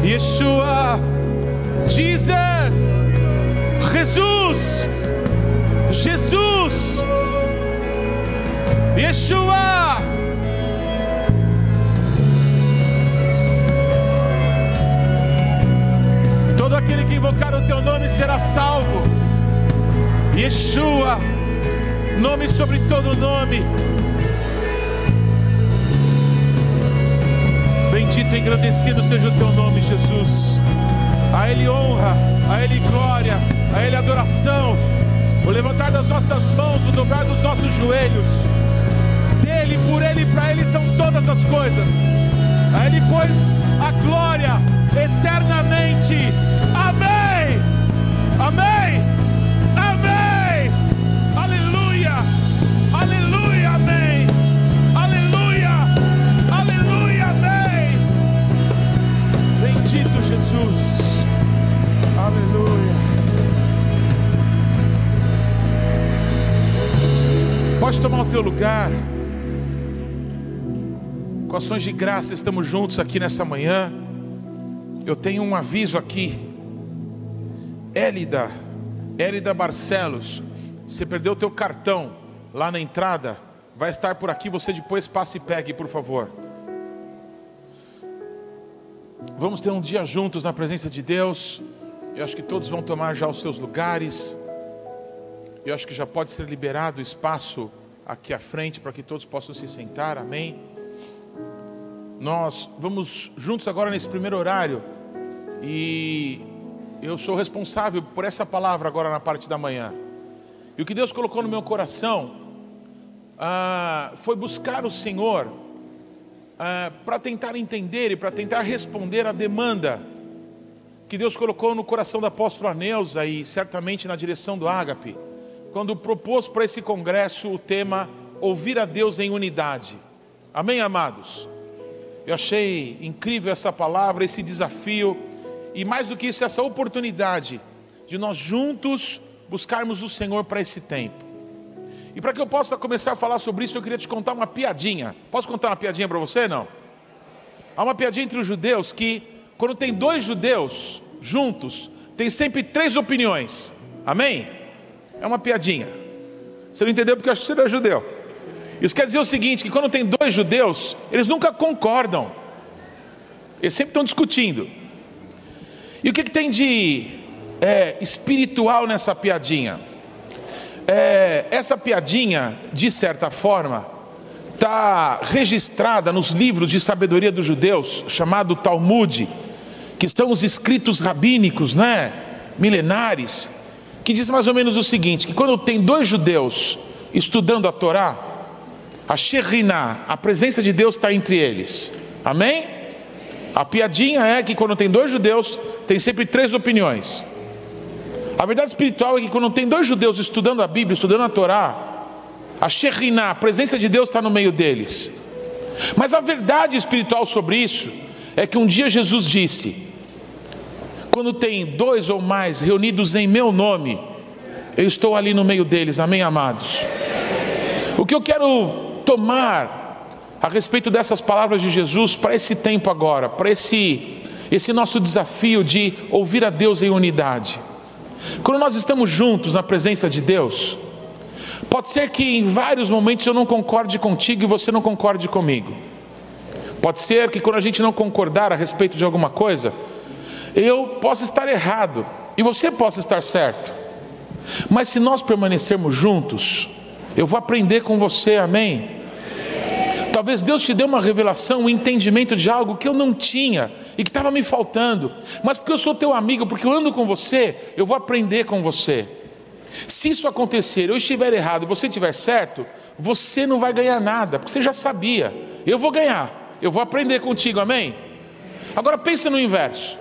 Yeshua, Jesus, Jesus, Jesus, Yeshua. Todo aquele que invocar o teu nome será salvo. Yeshua, nome sobre todo nome. Bendito e engrandecido seja o teu nome, Jesus. A Ele honra, a Ele glória, a Ele adoração. O levantar das nossas mãos, o dobrar dos nossos joelhos. Dele, por Ele e para Ele são todas as coisas. A Ele, pois, a glória eternamente. Amém, amém, amém, aleluia, aleluia, amém, aleluia, aleluia, amém. Bendito Jesus, aleluia. Pode tomar o teu lugar. Com ações de graça estamos juntos aqui nessa manhã. Eu tenho um aviso aqui. Élida Barcelos, você perdeu o teu cartão lá na entrada, vai estar por aqui, você depois passe e pegue, por favor. Vamos ter um dia juntos na presença de Deus. Eu acho que todos vão tomar já os seus lugares. Eu acho que já pode ser liberado o espaço aqui à frente para que todos possam se sentar, amém? Nós vamos juntos agora nesse primeiro horário. E eu sou responsável por essa palavra agora na parte da manhã. E o que Deus colocou no meu coração foi buscar o Senhor para tentar entender e para tentar responder a demanda que Deus colocou no coração da apóstola Neuza e certamente na direção do Ágape, quando propôs para esse congresso o tema Ouvir a Deus em Unidade. Amém, amados? Eu achei incrível essa palavra, esse desafio. E mais do que isso, essa oportunidade de nós juntos buscarmos o Senhor para esse tempo. E para que eu possa começar a falar sobre isso, eu queria te contar uma piadinha. Posso contar uma piadinha para você, não? Há uma piadinha entre os judeus que, quando tem dois judeus juntos, tem sempre três opiniões. Amém? É uma piadinha. Você não entendeu porque eu acho que você não é judeu. Isso quer dizer o seguinte, que quando tem dois judeus, eles nunca concordam. Eles sempre estão discutindo. E o que tem de espiritual nessa piadinha? Essa piadinha, de certa forma, está registrada nos livros de sabedoria dos judeus, chamado Talmud, que são os escritos rabínicos, né, milenares, que diz mais ou menos o seguinte, que quando tem dois judeus estudando a Torá, a Shekhinah, a presença de Deus está entre eles. Amém? A piadinha é que quando tem dois judeus, tem sempre três opiniões. A verdade espiritual é que quando tem dois judeus estudando a Bíblia, estudando a Torá, a Shekhinah, a presença de Deus está no meio deles. Mas a verdade espiritual sobre isso é que um dia Jesus disse: quando tem dois ou mais reunidos em meu nome, eu estou ali no meio deles. Amém, amados? O que eu quero tomar a respeito dessas palavras de Jesus para esse tempo agora, para esse nosso desafio de ouvir a Deus em unidade. Quando nós estamos juntos na presença de Deus, pode ser que em vários momentos eu não concorde contigo e você não concorde comigo. Pode ser que quando a gente não concordar a respeito de alguma coisa, eu possa estar errado e você possa estar certo. Mas se nós permanecermos juntos, eu vou aprender com você, amém? Talvez Deus te dê uma revelação, um entendimento de algo que eu não tinha e que estava me faltando. Mas porque eu sou teu amigo, porque eu ando com você, eu vou aprender com você. Se isso acontecer, eu estiver errado e você estiver certo, você não vai ganhar nada, porque você já sabia. Eu vou ganhar, eu vou aprender contigo, amém? Agora pensa no inverso.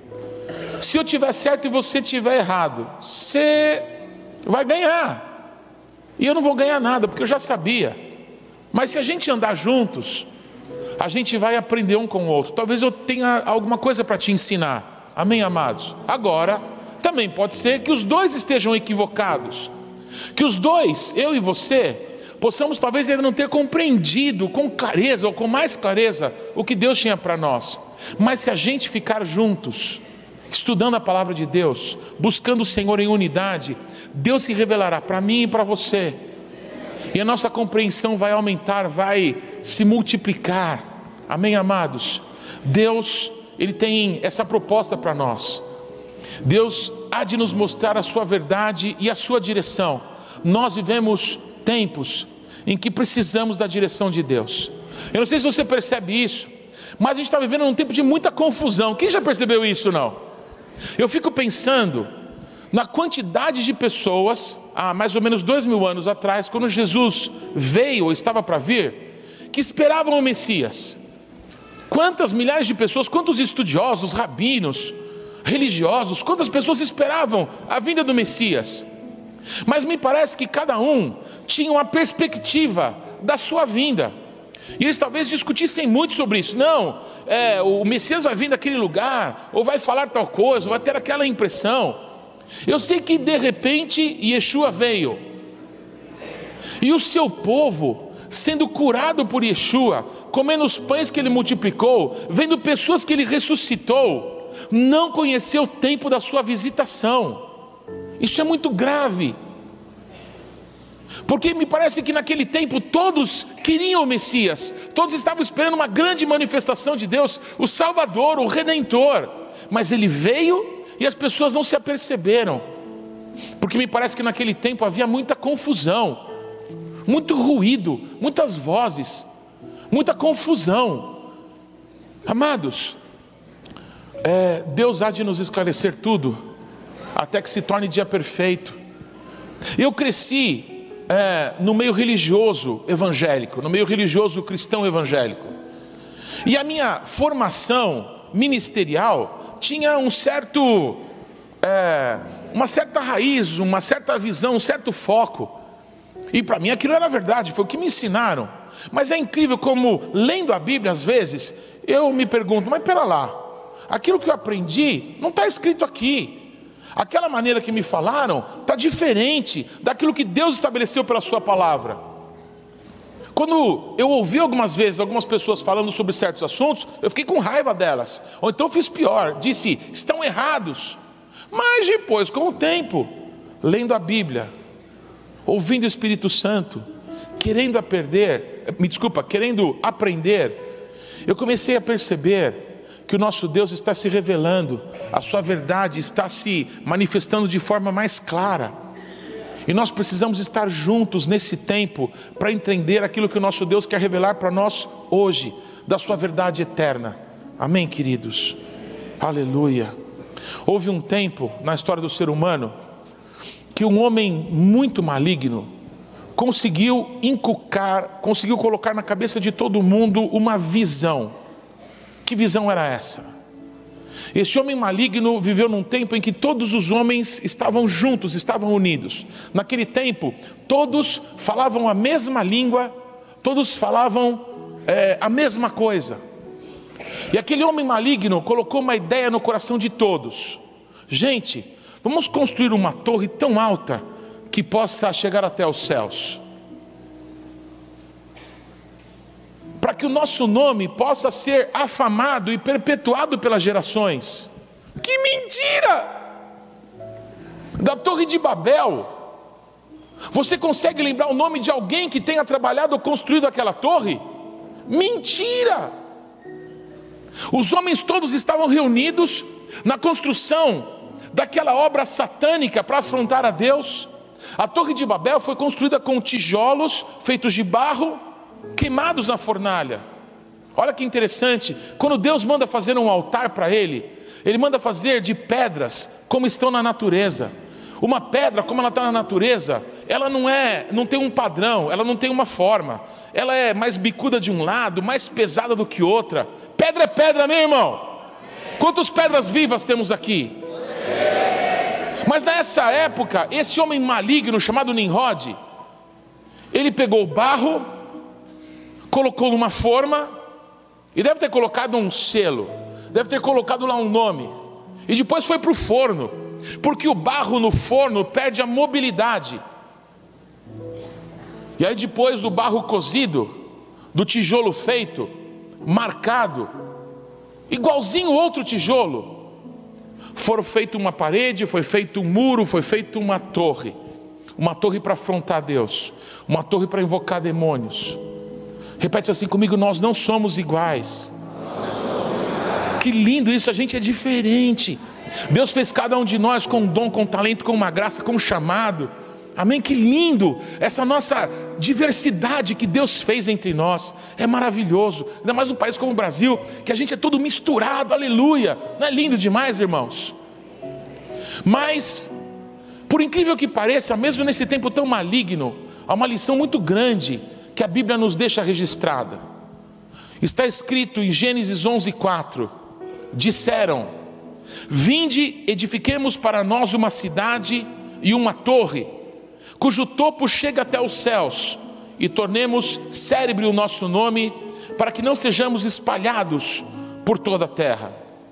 Se eu estiver certo e você estiver errado, você vai ganhar. E eu não vou ganhar nada, porque eu já sabia. Mas se a gente andar juntos, a gente vai aprender um com o outro. Talvez eu tenha alguma coisa para te ensinar. Amém, amados? Agora, também pode ser que os dois estejam equivocados. Que os dois, eu e você, possamos talvez ainda não ter compreendido com clareza ou com mais clareza o que Deus tinha para nós. Mas se a gente ficar juntos, estudando a palavra de Deus, buscando o Senhor em unidade, Deus se revelará para mim e para você. E a nossa compreensão vai aumentar, vai se multiplicar. Amém, amados? Deus, Ele tem essa proposta para nós. Deus há de nos mostrar a sua verdade e a sua direção. Nós vivemos tempos em que precisamos da direção de Deus. Eu não sei se você percebe isso, mas a gente está vivendo num tempo de muita confusão. Quem já percebeu isso, não? Eu fico pensando na quantidade de pessoas, há mais ou menos 2000 anos atrás, quando Jesus veio ou estava para vir, que esperavam o Messias. Quantas milhares de pessoas, quantos estudiosos, rabinos, religiosos, quantas pessoas esperavam a vinda do Messias. Mas me parece que cada um tinha uma perspectiva da sua vinda. E eles talvez discutissem muito sobre isso. Não, o Messias vai vir daquele lugar, ou vai falar tal coisa, ou vai ter aquela impressão. Eu sei que de repente Yeshua veio, e o seu povo, sendo curado por Yeshua, comendo os pães que ele multiplicou, vendo pessoas que ele ressuscitou, não conheceu o tempo da sua visitação. Isso é muito grave, porque me parece que naquele tempo todos queriam o Messias, todos estavam esperando uma grande manifestação de Deus, o Salvador, o Redentor. Mas ele veio e as pessoas não se aperceberam, porque me parece que naquele tempo havia muita confusão, muito ruído, muitas vozes, muita confusão. Amados, Deus há de nos esclarecer tudo, até que se torne dia perfeito. Eu cresci no meio religioso evangélico, no meio religioso cristão evangélico, e a minha formação ministerial tinha uma certa raiz, uma certa visão, um certo foco, e para mim aquilo era verdade, foi o que me ensinaram. Mas é incrível como, lendo a Bíblia às vezes, eu me pergunto, mas pera lá, aquilo que eu aprendi não está escrito aqui. Aquela maneira que me falaram está diferente daquilo que Deus estabeleceu pela sua palavra. Quando eu ouvi algumas vezes algumas pessoas falando sobre certos assuntos, eu fiquei com raiva delas. Ou então fiz pior, disse, estão errados. Mas depois, com o tempo, lendo a Bíblia, ouvindo o Espírito Santo, querendo aprender, eu comecei a perceber que o nosso Deus está se revelando, a sua verdade está se manifestando de forma mais clara, e nós precisamos estar juntos nesse tempo, para entender aquilo que o nosso Deus quer revelar para nós hoje, da sua verdade eterna. Amém, queridos? Aleluia. Houve um tempo na história do ser humano, que um homem muito maligno, conseguiu colocar na cabeça de todo mundo uma visão. Que visão era essa? Esse homem maligno viveu num tempo em que todos os homens estavam juntos, estavam unidos. Naquele tempo, todos falavam a mesma língua, todos falavam a mesma coisa. E aquele homem maligno colocou uma ideia no coração de todos. Gente, vamos construir uma torre tão alta que possa chegar até os céus, para que o nosso nome possa ser afamado e perpetuado pelas gerações. Que mentira! Da Torre de Babel, você consegue lembrar o nome de alguém que tenha trabalhado ou construído aquela torre? Mentira! Os homens todos estavam reunidos na construção daquela obra satânica para afrontar a Deus. A Torre de Babel foi construída com tijolos feitos de barro, queimados na fornalha. Olha que interessante, quando Deus manda fazer um altar para Ele manda fazer de pedras como estão na natureza. Uma pedra, como ela está na natureza, ela não tem um padrão, ela não tem uma forma, ela é mais bicuda de um lado, mais pesada do que outra. Pedra é pedra, meu irmão. Quantas pedras vivas temos aqui? Mas nessa época, esse homem maligno chamado Nimrod, ele pegou o barro, colocou numa forma, e deve ter colocado um selo, deve ter colocado lá um nome, e depois foi para o forno, porque o barro no forno perde a mobilidade. E aí depois do barro cozido, do tijolo feito, marcado, igualzinho outro tijolo, foram feito uma parede, foi feito um muro, foi feito uma torre para afrontar Deus, uma torre para invocar demônios. Repete assim comigo: nós não somos iguais. Que lindo isso, a gente é diferente. Deus fez cada um de nós com um dom, com um talento, com uma graça, com um chamado. Amém? Que lindo essa nossa diversidade que Deus fez entre nós. É maravilhoso, ainda mais num país como o Brasil, que a gente é todo misturado, aleluia. Não é lindo demais, irmãos? Mas, por incrível que pareça, mesmo nesse tempo tão maligno, há uma lição muito grande que a Bíblia nos deixa registrada. Está escrito em Gênesis 11:4, disseram: vinde, edifiquemos para nós uma cidade e uma torre, cujo topo chega até os céus, e tornemos célebre o nosso nome, para que não sejamos espalhados por toda a terra.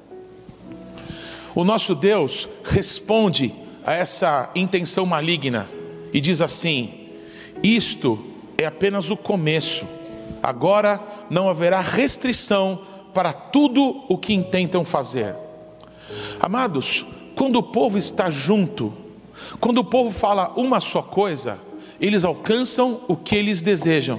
O nosso Deus responde a essa intenção maligna e diz assim: isto é apenas o começo, agora não haverá restrição para tudo o que intentam fazer. Amados, quando o povo está junto, quando o povo fala uma só coisa, eles alcançam o que eles desejam.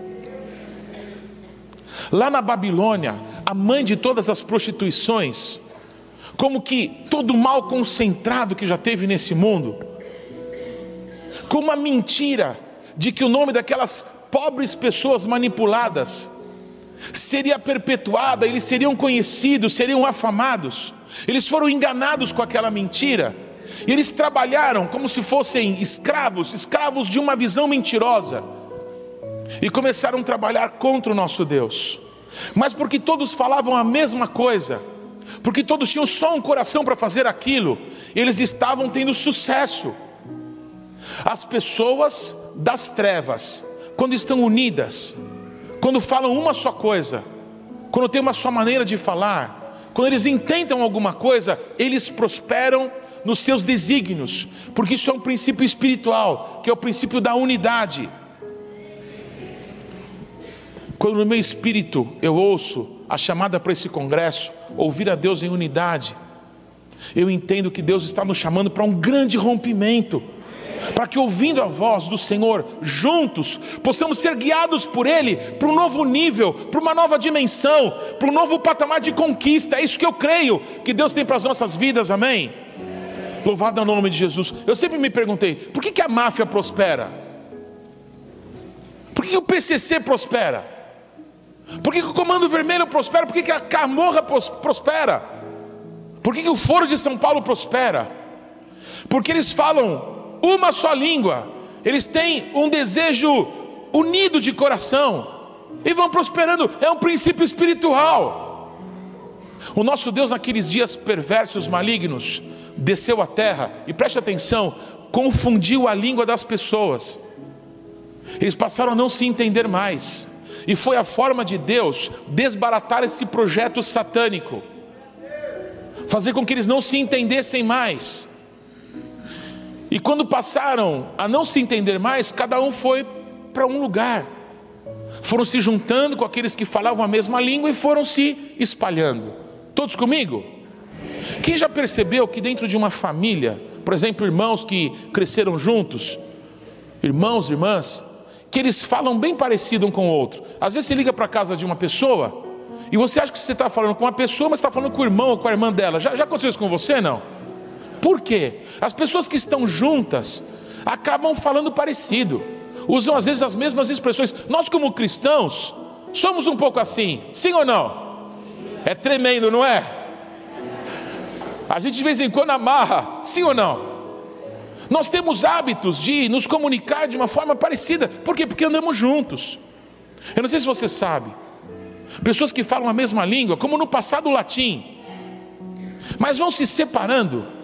Lá na Babilônia, a mãe de todas as prostituições, como que todo o mal concentrado que já teve nesse mundo, com uma mentira de que o nome daquelas pobres pessoas manipuladas seria perpetuada, eles seriam conhecidos, seriam afamados. Eles foram enganados com aquela mentira, e eles trabalharam como se fossem escravos de uma visão mentirosa, e começaram a trabalhar contra o nosso Deus. Mas porque todos falavam a mesma coisa, porque todos tinham só um coração para fazer aquilo, eles estavam tendo sucesso. As pessoas das trevas, quando estão unidas, quando falam uma só coisa, quando tem uma só maneira de falar, quando eles intentam alguma coisa, eles prosperam nos seus desígnios, porque isso é um princípio espiritual, que é o princípio da unidade. Quando no meu espírito eu ouço a chamada para esse congresso, ouvir a Deus em unidade, eu entendo que Deus está nos chamando para um grande rompimento, para que, ouvindo a voz do Senhor, juntos, possamos ser guiados por Ele, para um novo nível, para uma nova dimensão, para um novo patamar de conquista. É isso que eu creio que Deus tem para as nossas vidas, amém? Louvado é o nome de Jesus. Eu sempre me perguntei, por que a máfia prospera? Por que o PCC prospera? Por que o Comando Vermelho prospera? Por que a Camorra prospera? Por que o Foro de São Paulo prospera? Porque eles falam uma só língua, eles têm um desejo unido de coração, e vão prosperando. É um princípio espiritual. O nosso Deus, naqueles dias perversos, malignos, desceu à terra, e preste atenção, confundiu a língua das pessoas. Eles passaram a não se entender mais, e foi a forma de Deus desbaratar esse projeto satânico, fazer com que eles não se entendessem mais. E quando passaram a não se entender mais, cada um foi para um lugar, foram se juntando com aqueles que falavam a mesma língua e foram se espalhando. Todos comigo? Quem já percebeu que dentro de uma família, por exemplo, irmãos que cresceram juntos, irmãos, irmãs, que eles falam bem parecido um com o outro? Às vezes você liga para a casa de uma pessoa e você acha que você está falando com uma pessoa, mas está falando com o irmão ou com a irmã dela. Já aconteceu isso com você, não? Por quê? As pessoas que estão juntas acabam falando parecido, usam às vezes as mesmas expressões. Nós, como cristãos, somos um pouco assim, sim ou não? É tremendo, não é? A gente de vez em quando amarra, sim ou não? Nós temos hábitos de nos comunicar de uma forma parecida. Por quê? Porque andamos juntos. Eu não sei se você sabe, pessoas que falam a mesma língua, como no passado o latim, mas vão se separando,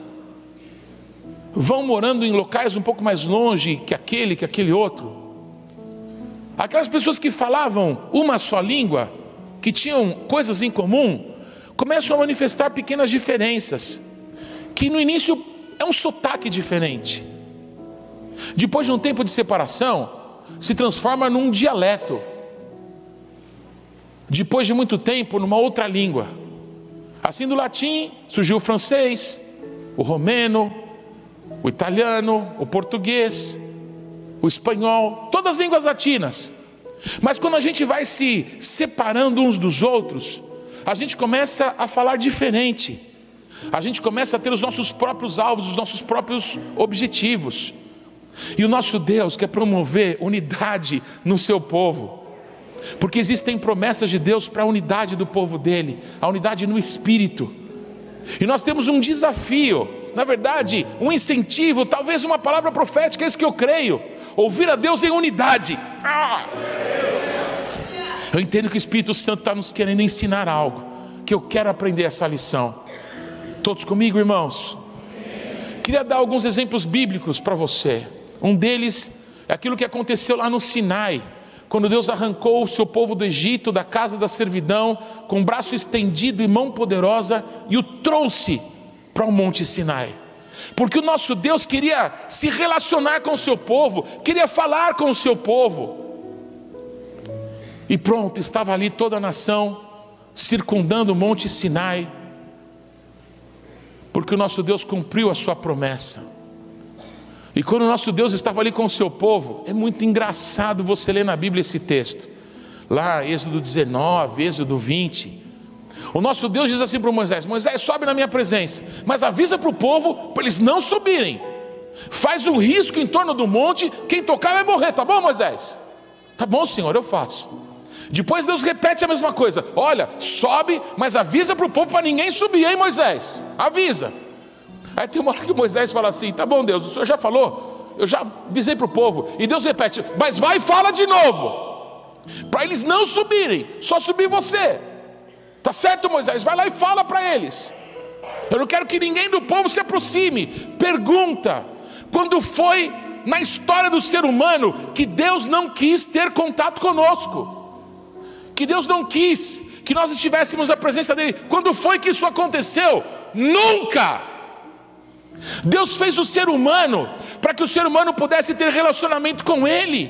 vão morando em locais um pouco mais longe que aquele outro. Aquelas pessoas que falavam uma só língua, que tinham coisas em comum, começam a manifestar pequenas diferenças, que no início é um sotaque diferente. Depois de um tempo de separação, se transforma num dialeto. Depois de muito tempo, numa outra língua. Assim, do latim surgiu o francês, o romeno, o italiano, o português, o espanhol, todas as línguas latinas. Mas quando a gente vai se separando uns dos outros, a gente começa a falar diferente. A gente começa a ter os nossos próprios alvos, os nossos próprios objetivos. E o nosso Deus quer promover unidade no seu povo. Porque existem promessas de Deus para a unidade do povo dele, a unidade no Espírito. E nós temos um desafio, na verdade, um incentivo, talvez uma palavra profética, é isso que eu creio: ouvir a Deus em unidade. Eu entendo que o Espírito Santo está nos querendo ensinar algo, que eu quero aprender essa lição. Todos comigo, irmãos? Queria dar alguns exemplos bíblicos para você. Um deles é aquilo que aconteceu lá no Sinai, quando Deus arrancou o seu povo do Egito, da casa da servidão, com o braço estendido e mão poderosa, e o trouxe para o Monte Sinai. Porque o nosso Deus queria se relacionar com o seu povo, queria falar com o seu povo. E pronto, estava ali toda a nação, circundando o Monte Sinai, porque o nosso Deus cumpriu a sua promessa. E quando o nosso Deus estava ali com o seu povo, é muito engraçado você ler na Bíblia esse texto. Lá, Êxodo 19, Êxodo 20. O nosso Deus diz assim para Moisés: Moisés, sobe na minha presença, mas avisa para o povo, para eles não subirem. Faz um risco em torno do monte, quem tocar vai morrer, tá bom, Moisés? Tá bom, Senhor, eu faço. Depois Deus repete a mesma coisa: olha, sobe, mas avisa para o povo para ninguém subir, hein, Moisés? Avisa. Aí tem uma hora que Moisés fala assim: tá bom, Deus, o Senhor já falou, eu já avisei para o povo. E Deus repete: mas vai e fala de novo, para eles não subirem, só subir você. Tá certo, Moisés? Vai lá e fala para eles. Eu não quero que ninguém do povo se aproxime. Pergunta: quando foi na história do ser humano que Deus não quis ter contato conosco? Que Deus não quis que nós estivéssemos na presença dele? Quando foi que isso aconteceu? Nunca! Deus fez o ser humano para que o ser humano pudesse ter relacionamento com ele.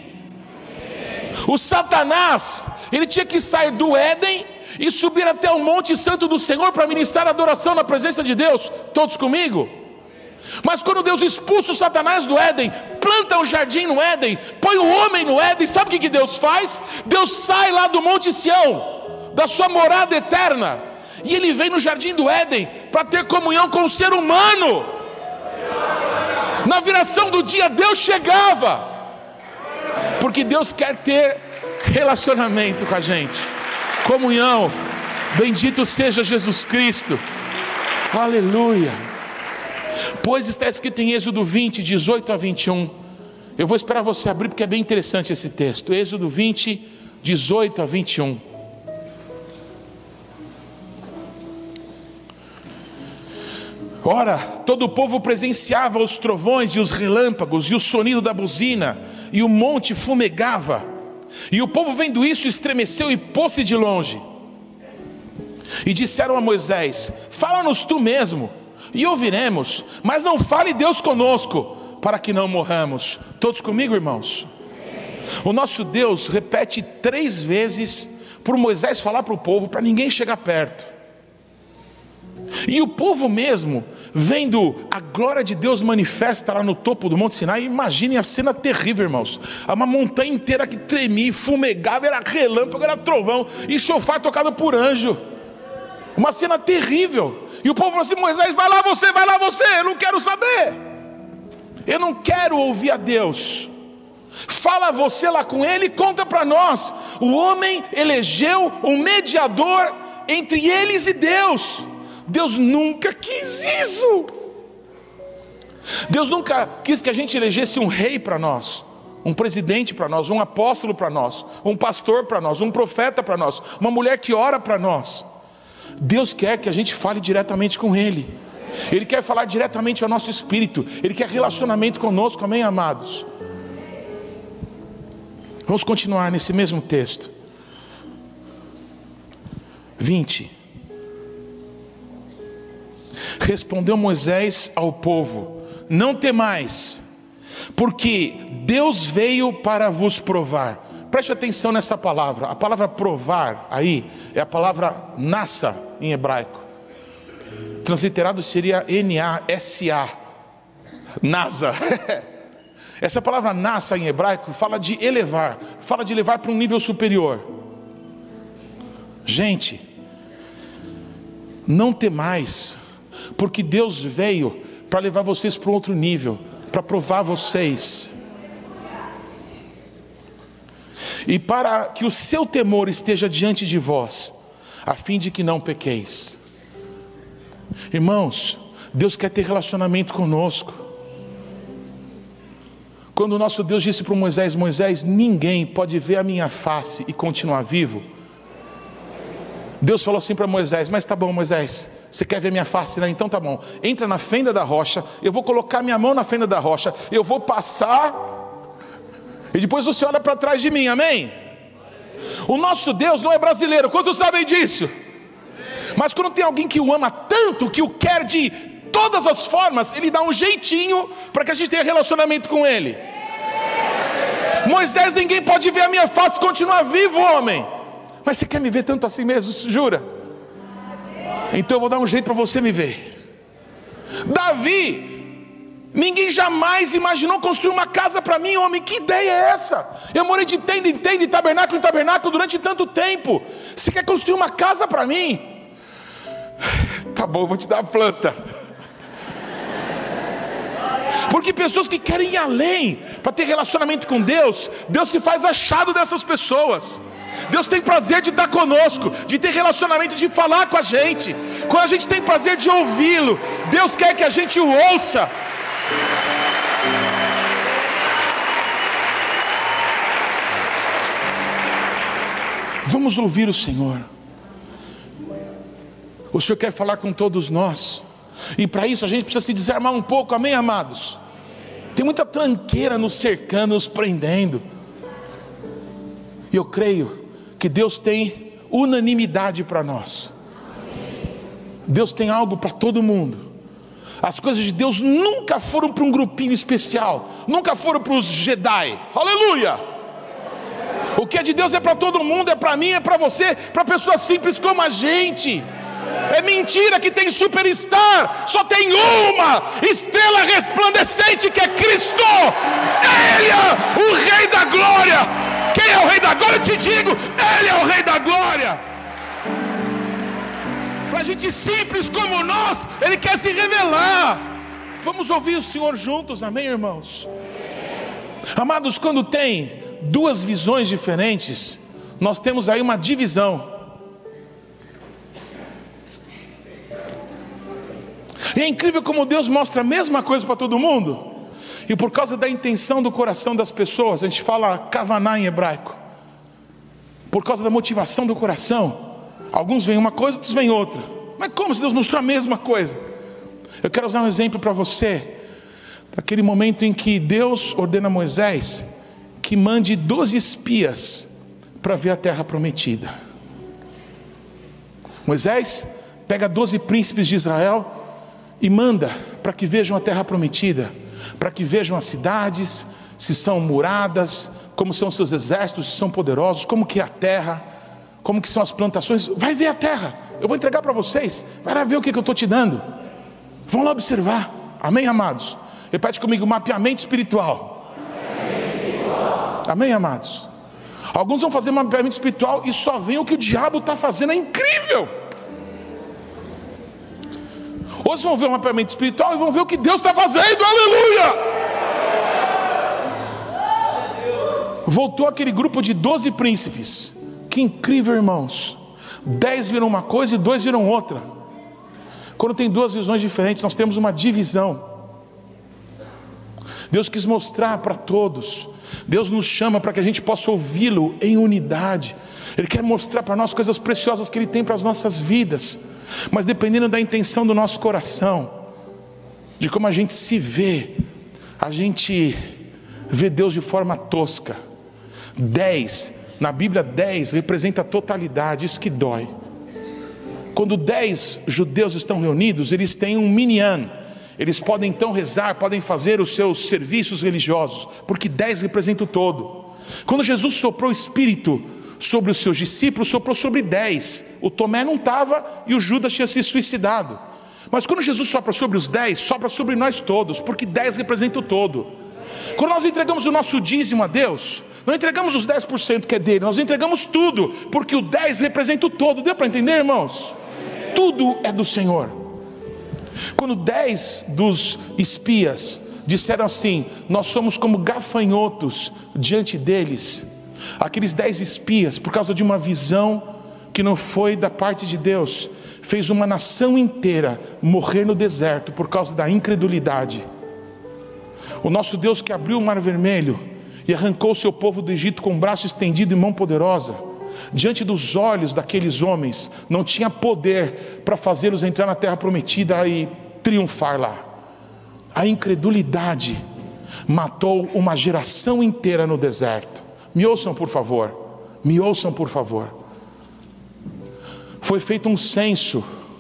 O Satanás, ele tinha que sair do Éden e subir até o Monte Santo do Senhor para ministrar adoração na presença de Deus. Todos comigo? Mas quando Deus expulsa o Satanás do Éden, planta um jardim no Éden, põe o homem no Éden, sabe o que Deus faz? Deus sai lá do Monte Sião, da sua morada eterna, e ele vem no jardim do Éden para ter comunhão com o ser humano. Na viração do dia Deus chegava, porque Deus quer ter relacionamento com a gente, comunhão. Bendito seja Jesus Cristo, aleluia. Pois está escrito em Êxodo 20, 18 a 21. Eu vou esperar você abrir porque é bem interessante esse texto. Êxodo 20, 18 a 21. Ora, todo o povo presenciava os trovões e os relâmpagos e o sonido da buzina, e o monte fumegava. E o povo, vendo isso, estremeceu e pôs-se de longe. E disseram a Moisés: fala-nos tu mesmo, e ouviremos, mas não fale Deus conosco, para que não morramos. Todos comigo, irmãos? O nosso Deus repete 3 vezes por Moisés falar para o povo, para ninguém chegar perto. E o povo mesmo, vendo a glória de Deus manifesta lá no topo do Monte Sinai, imaginem a cena terrível, irmãos. Uma montanha inteira que tremia, fumegava, era relâmpago, era trovão, e chofar tocado por anjo. Uma cena terrível. E o povo falou assim: Moisés, vai lá você, eu não quero saber. Eu não quero ouvir a Deus. Fala você lá com ele e conta para nós. O homem elegeu um mediador entre eles e Deus. Deus nunca quis isso. Deus nunca quis que a gente elegesse um rei para nós, um presidente para nós, um apóstolo para nós, um pastor para nós, um profeta para nós, uma mulher que ora para nós. Deus quer que a gente fale diretamente com Ele. Ele quer falar diretamente ao nosso espírito. Ele quer relacionamento conosco, amém, amados? Vamos continuar nesse mesmo texto 20. Respondeu Moisés ao povo: não temais, Porque Deus veio para vos provar. Preste atenção nessa palavra. A palavra provar aí é a palavra nasa em hebraico. Transliterado seria N-A-S-A. Nasa. Essa palavra nasa em hebraico fala de elevar. Fala de levar para um nível superior. Gente, não temais, porque Deus veio para levar vocês para um outro nível, para provar vocês. E para que o seu temor esteja diante de vós, a fim de que não pequeis. Irmãos, Deus quer ter relacionamento conosco. Quando o nosso Deus disse para Moisés: Moisés, ninguém pode ver a minha face e continuar vivo. Deus falou assim para Moisés: mas tá bom, Moisés, você quer ver minha face, né? Então tá bom, entra na fenda da rocha, eu vou colocar minha mão na fenda da rocha, eu vou passar, e depois você olha para trás de mim, amém? O nosso Deus não é brasileiro, quantos sabem disso? Mas quando tem alguém que o ama tanto, que o quer de todas as formas, ele dá um jeitinho para que a gente tenha relacionamento com ele. Moisés, ninguém pode ver a minha face e continuar vivo, homem. Mas você quer me ver tanto assim mesmo, jura? Então eu vou dar um jeito para você me ver. Davi, ninguém jamais imaginou construir uma casa para mim, homem. Que ideia é essa? Eu morei de tenda em tenda, de tabernáculo em tabernáculo durante tanto tempo. Você quer construir uma casa para mim? Tá bom, eu vou te dar a planta. Porque pessoas que querem ir além para ter relacionamento com Deus, Deus se faz achado dessas pessoas. Deus tem prazer de estar conosco, de ter relacionamento, de falar com a gente. Quando a gente tem prazer de ouvi-lo, Deus quer que a gente o ouça. Vamos ouvir o Senhor. O Senhor quer falar com todos nós. E para isso a gente precisa se desarmar um pouco, amém, amados? Tem muita tranqueira nos cercando, nos prendendo. E eu creio que Deus tem unanimidade para nós. Deus tem algo para todo mundo. As coisas de Deus nunca foram para um grupinho especial, nunca foram para os Jedi. Aleluia! O que é de Deus é para todo mundo, é para mim, é para você, para pessoas simples como a gente. É mentira que tem superstar. Só tem uma estrela resplandecente, que é Cristo. Ele é o Rei da Glória. Quem é o Rei da Glória? Eu te digo, Ele é o Rei da Glória. Para gente simples como nós, Ele quer se revelar. Vamos ouvir o Senhor juntos, amém, irmãos? Amados, quando tem duas visões diferentes, nós temos aí uma divisão. E é incrível como Deus mostra a mesma coisa para todo mundo. E por causa da intenção do coração das pessoas, a gente fala kavaná em hebraico. Por causa da motivação do coração, alguns veem uma coisa, outros veem outra. Mas como se Deus mostrou a mesma coisa? Eu quero usar um exemplo para você. Daquele momento em que Deus ordena a Moisés que mande 12 espias para ver a terra prometida. Moisés pega 12 príncipes de Israel e manda para que vejam a terra prometida, para que vejam as cidades, se são muradas, como são seus exércitos, se são poderosos, como que é a terra, como que são as plantações. Vai ver a terra, eu vou entregar para vocês, vai lá ver o que eu estou te dando. Vão lá observar, amém, amados? Repete comigo: mapeamento espiritual. Amém, amados? Alguns vão fazer mapeamento espiritual e só veem o que o diabo está fazendo, é incrível. Outros vão ver um mapeamento espiritual e vão ver o que Deus está fazendo, aleluia! Voltou aquele grupo de 12 príncipes. Que incrível, irmãos. 10 viram uma coisa e 2 viram outra. Quando tem duas visões diferentes, nós temos uma divisão. Deus quis mostrar para todos. Deus nos chama para que a gente possa ouvi-lo em unidade. Ele quer mostrar para nós coisas preciosas que Ele tem para as nossas vidas. Mas dependendo da intenção do nosso coração, de como a gente se vê, a gente vê Deus de forma tosca. 10, na Bíblia 10 representa a totalidade, isso que dói. Quando 10 judeus estão reunidos, eles têm um minyan. Eles podem então rezar, podem fazer os seus serviços religiosos, porque 10 representa o todo. Quando Jesus soprou o Espírito sobre os seus discípulos, soprou sobre 10. O Tomé não estava e o Judas tinha se suicidado. Mas quando Jesus sopra sobre os 10, sopra sobre nós todos, porque 10 representa o todo. Quando nós entregamos o nosso dízimo a Deus, não entregamos os 10% que é dele, nós entregamos tudo, porque o 10 representa o todo. Deu para entender, irmãos? Tudo é do Senhor. Quando 10 dos espias disseram assim: nós somos como gafanhotos diante deles, aqueles 10 espias, por causa de uma visão que não foi da parte de Deus, fez uma nação inteira morrer no deserto por causa da incredulidade. O nosso Deus que abriu o mar vermelho e arrancou o seu povo do Egito com o braço estendido e mão poderosa, diante dos olhos daqueles homens, não tinha poder para fazê-los entrar na terra prometida e triunfar lá. A incredulidade matou uma geração inteira no deserto. Me ouçam por favor, me ouçam por favor. Foi feito um censo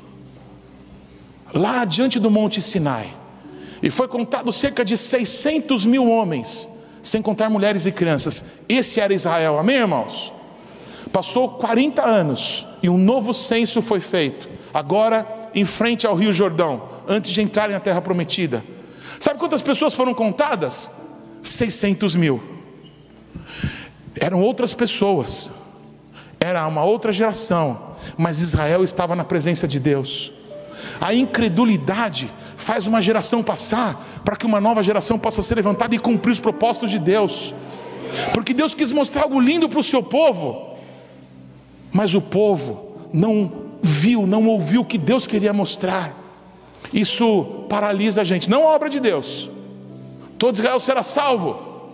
lá diante do Monte Sinai, e foi contado cerca de 600 mil homens, sem contar mulheres e crianças. Esse era Israel, amém, irmãos? Passou 40 anos e um novo censo foi feito, agora em frente ao Rio Jordão, antes de entrarem na terra prometida. Sabe quantas pessoas foram contadas? 600 mil. Eram outras pessoas, era uma outra geração, mas Israel estava na presença de Deus. A incredulidade faz uma geração passar, para que uma nova geração possa ser levantada e cumprir os propósitos de Deus. Porque Deus quis mostrar algo lindo para o seu povo, mas o povo não viu, não ouviu o que Deus queria mostrar. Isso paralisa a gente. Não a obra de Deus. Todo Israel será salvo.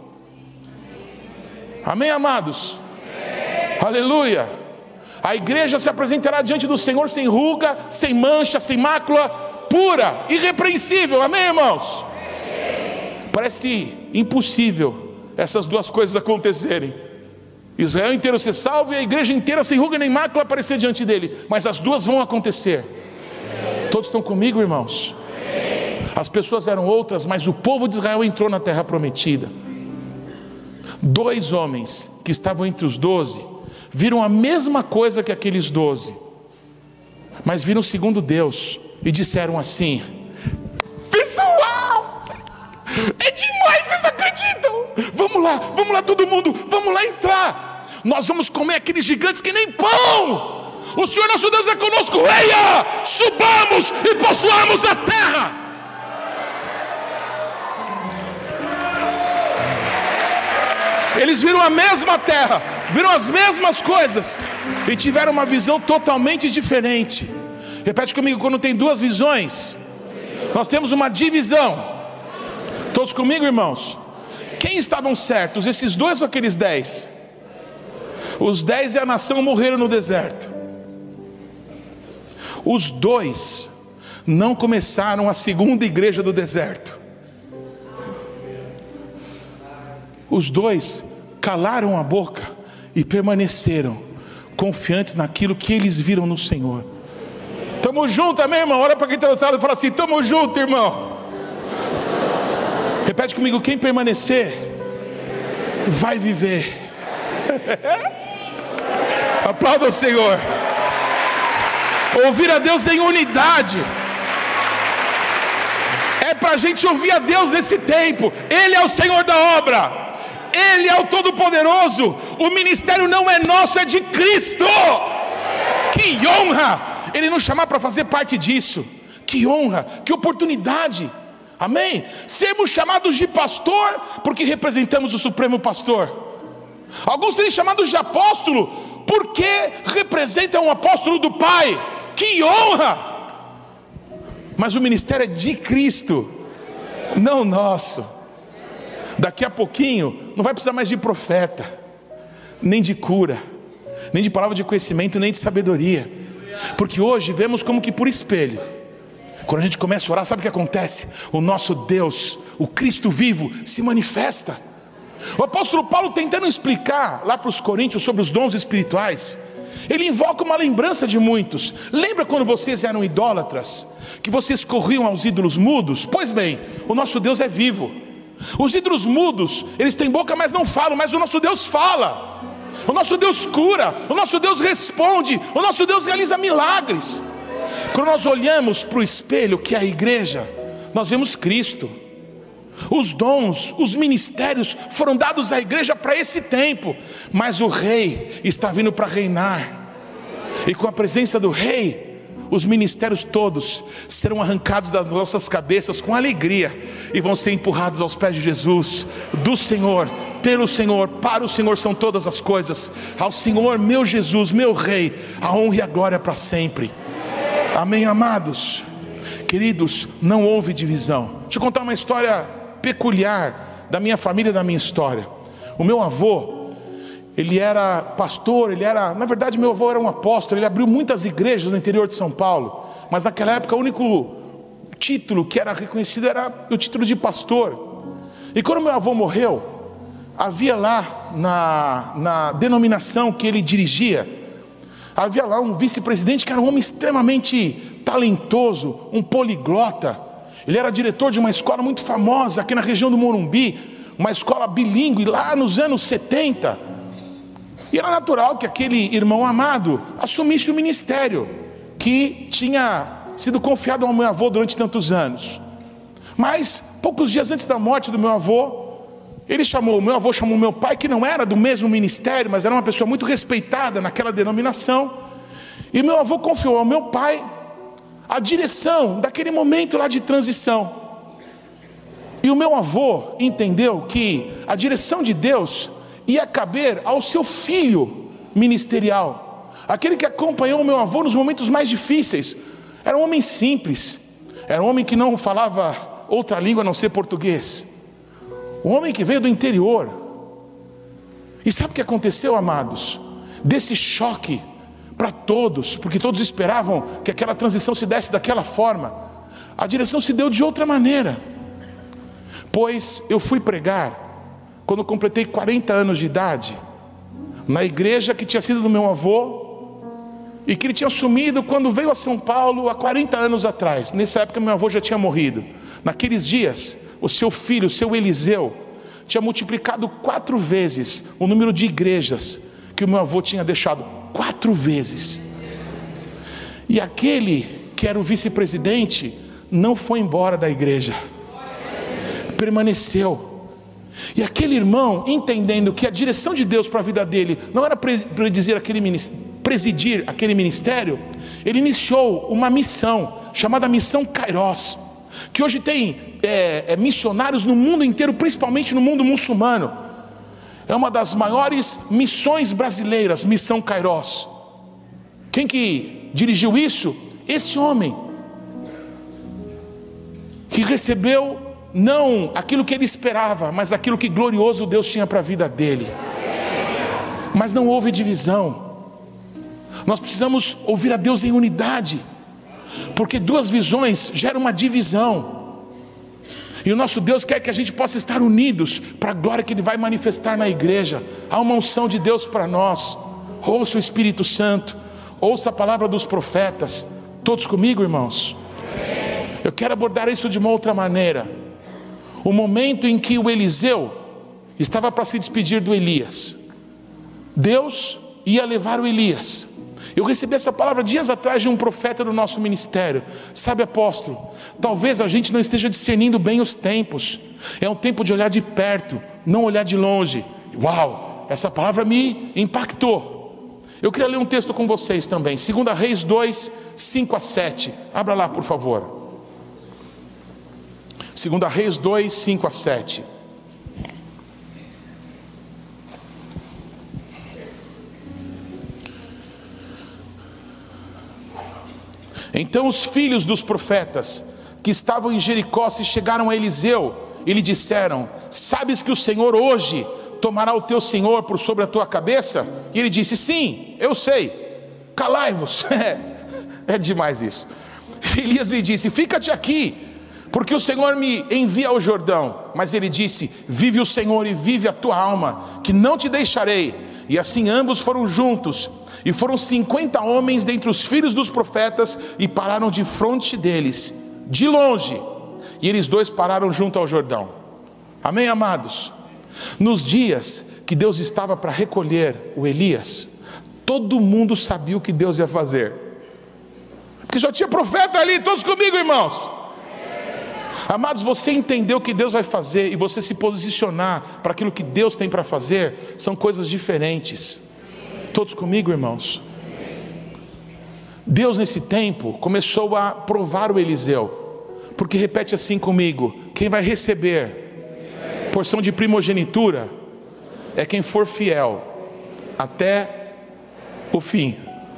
Amém, amados? Aleluia. A igreja se apresentará diante do Senhor sem ruga, sem mancha, sem mácula, pura, irrepreensível. Amém, irmãos? Parece impossível essas duas coisas acontecerem. Israel inteiro ser salvo e a igreja inteira sem ruga nem mácula aparecer diante dele. Mas as duas vão acontecer. Todos estão comigo, irmãos? As pessoas eram outras, mas o povo de Israel entrou na terra prometida. 2 homens que estavam entre os 12 viram a mesma coisa que aqueles 12, mas viram segundo Deus e disseram assim: pessoal, é demais, vocês não acreditam? Vamos lá todo mundo, vamos lá entrar. Nós vamos comer aqueles gigantes que nem pão. O Senhor nosso Deus é conosco. Leia, subamos e possuamos a terra. Eles viram a mesma terra, viram as mesmas coisas e tiveram uma visão totalmente diferente. Repete comigo: quando tem 2 visões, nós temos uma divisão. Todos comigo, irmãos? Quem estavam certos, esses 2 ou aqueles 10? Os 10 e a nação morreram no deserto. Os 2 não começaram a segunda igreja do deserto. Os 2 calaram a boca e permaneceram confiantes naquilo que eles viram no Senhor. Tamo junto, amém, irmão? Olha para quem está do outro lado e fala assim: tamo junto, irmão. Repete comigo: quem permanecer vai viver. Aplauda o Senhor. Ouvir a Deus em unidade é para a gente ouvir a Deus nesse tempo. Ele é o Senhor da obra, Ele é o Todo-Poderoso. O ministério não é nosso, é de Cristo. Que honra Ele nos chamar para fazer parte disso. Que honra, que oportunidade. Amém? Sermos chamados de pastor porque representamos o Supremo Pastor. Alguns serem chamados de apóstolo porque representam um apóstolo do Pai. Que honra! Mas o ministério é de Cristo, não nosso. Daqui a pouquinho não vai precisar mais de profeta, nem de cura, nem de palavra de conhecimento, nem de sabedoria. Porque hoje vemos como que por espelho. Quando a gente começa a orar, sabe o que acontece? O nosso Deus, o Cristo vivo, se manifesta. O apóstolo Paulo, tentando explicar lá para os coríntios sobre os dons espirituais, ele invoca uma lembrança de muitos. Lembra quando vocês eram idólatras, que vocês corriam aos ídolos mudos? Pois bem, o nosso Deus é vivo. Os ídolos mudos, eles têm boca mas não falam, mas o nosso Deus fala. O nosso Deus cura, o nosso Deus responde, o nosso Deus realiza milagres. Quando nós olhamos para o espelho que é a igreja, nós vemos Cristo. Os dons, os ministérios foram dados à igreja para esse tempo, mas o rei está vindo para reinar, e com a presença do rei, os ministérios todos serão arrancados das nossas cabeças com alegria, e vão ser empurrados aos pés de Jesus. Do Senhor, pelo Senhor, para o Senhor são todas as coisas. Ao Senhor, meu Jesus, meu rei, a honra e a glória para sempre. Amém, amados. Queridos, não houve divisão. Deixa eu contar uma história peculiar da minha família, da minha história. O meu avô, ele era pastor, na verdade meu avô era um apóstolo, ele abriu muitas igrejas no interior de São Paulo, mas naquela época o único título que era reconhecido era o título de pastor. E quando meu avô morreu, havia lá na denominação que ele dirigia, havia lá um vice-presidente que era um homem extremamente talentoso, um poliglota. Ele era diretor de uma escola muito famosa aqui na região do Morumbi, uma escola bilíngue lá nos anos 70. E era natural que aquele irmão amado assumisse o ministério que tinha sido confiado ao meu avô durante tantos anos. Mas poucos dias antes da morte do meu avô, o meu avô chamou meu pai, que não era do mesmo ministério, mas era uma pessoa muito respeitada naquela denominação, e meu avô confiou ao meu pai a direção daquele momento lá de transição. E o meu avô entendeu que a direção de Deus ia caber ao seu filho ministerial, aquele que acompanhou o meu avô nos momentos mais difíceis. Era um homem simples, era um homem que não falava outra língua a não ser português, um homem que veio do interior. E sabe o que aconteceu, amados? Desse choque para todos, porque todos esperavam que aquela transição se desse daquela forma, a direção se deu de outra maneira. Pois eu fui pregar, quando completei 40 anos de idade, na igreja que tinha sido do meu avô, e que ele tinha assumido quando veio a São Paulo há 40 anos atrás. Nessa época meu avô já tinha morrido. Naqueles dias, o seu filho, o seu Eliseu, tinha multiplicado 4 vezes o número de igrejas que o meu avô tinha deixado. 4 vezes. E aquele que era o vice-presidente não foi embora da igreja, permaneceu. E aquele irmão, entendendo que a direção de Deus para a vida dele não era presidir aquele ministério, ele iniciou uma missão chamada Missão Kairos, que hoje tem missionários no mundo inteiro, principalmente no mundo muçulmano. É uma das maiores missões brasileiras, Missão Kairos. Quem que dirigiu isso? Esse homem, que recebeu não aquilo que ele esperava, mas aquilo que glorioso Deus tinha para a vida dele. Mas não houve divisão. Nós precisamos ouvir a Deus em unidade, porque 2 visões geram uma divisão. E o nosso Deus quer que a gente possa estar unidos para a glória que Ele vai manifestar na igreja. Há uma unção de Deus para nós. Ouça o Espírito Santo, ouça a palavra dos profetas. Todos comigo, irmãos? Eu quero abordar isso de uma outra maneira. O momento em que o Eliseu estava para se despedir do Elias, Deus ia levar o Elias. Eu recebi essa palavra dias atrás de um profeta do nosso ministério. Sabe, apóstolo, talvez a gente não esteja discernindo bem os tempos. É um tempo de olhar de perto, não olhar de longe. Uau, essa palavra me impactou. Eu queria ler um texto com vocês também, 2 Reis 2, 5-7. Abra lá, por favor. 2 Reis 2, 5-7. Então os filhos dos profetas que estavam em Jericó se chegaram a Eliseu e lhe disseram: sabes que o Senhor hoje tomará o teu senhor por sobre a tua cabeça? E ele disse: sim, eu sei, calai-vos. É demais isso. Elias lhe disse: fica-te aqui, porque o Senhor me envia ao Jordão. Mas ele disse: vive o Senhor e vive a tua alma, que não te deixarei. E assim ambos foram juntos, e foram 50 homens dentre os filhos dos profetas, e pararam de frente deles, de longe, e eles dois pararam junto ao Jordão. Amém, amados? Nos dias que Deus estava para recolher o Elias, todo mundo sabia o que Deus ia fazer, porque só tinha profeta ali. Todos comigo, irmãos? Amados, você entender o que Deus vai fazer e você se posicionar para aquilo que Deus tem para fazer, são coisas diferentes. Todos comigo, irmãos? Deus nesse tempo começou a provar o Eliseu, porque repete assim comigo: quem vai receber porção de primogenitura é quem for fiel até o fim.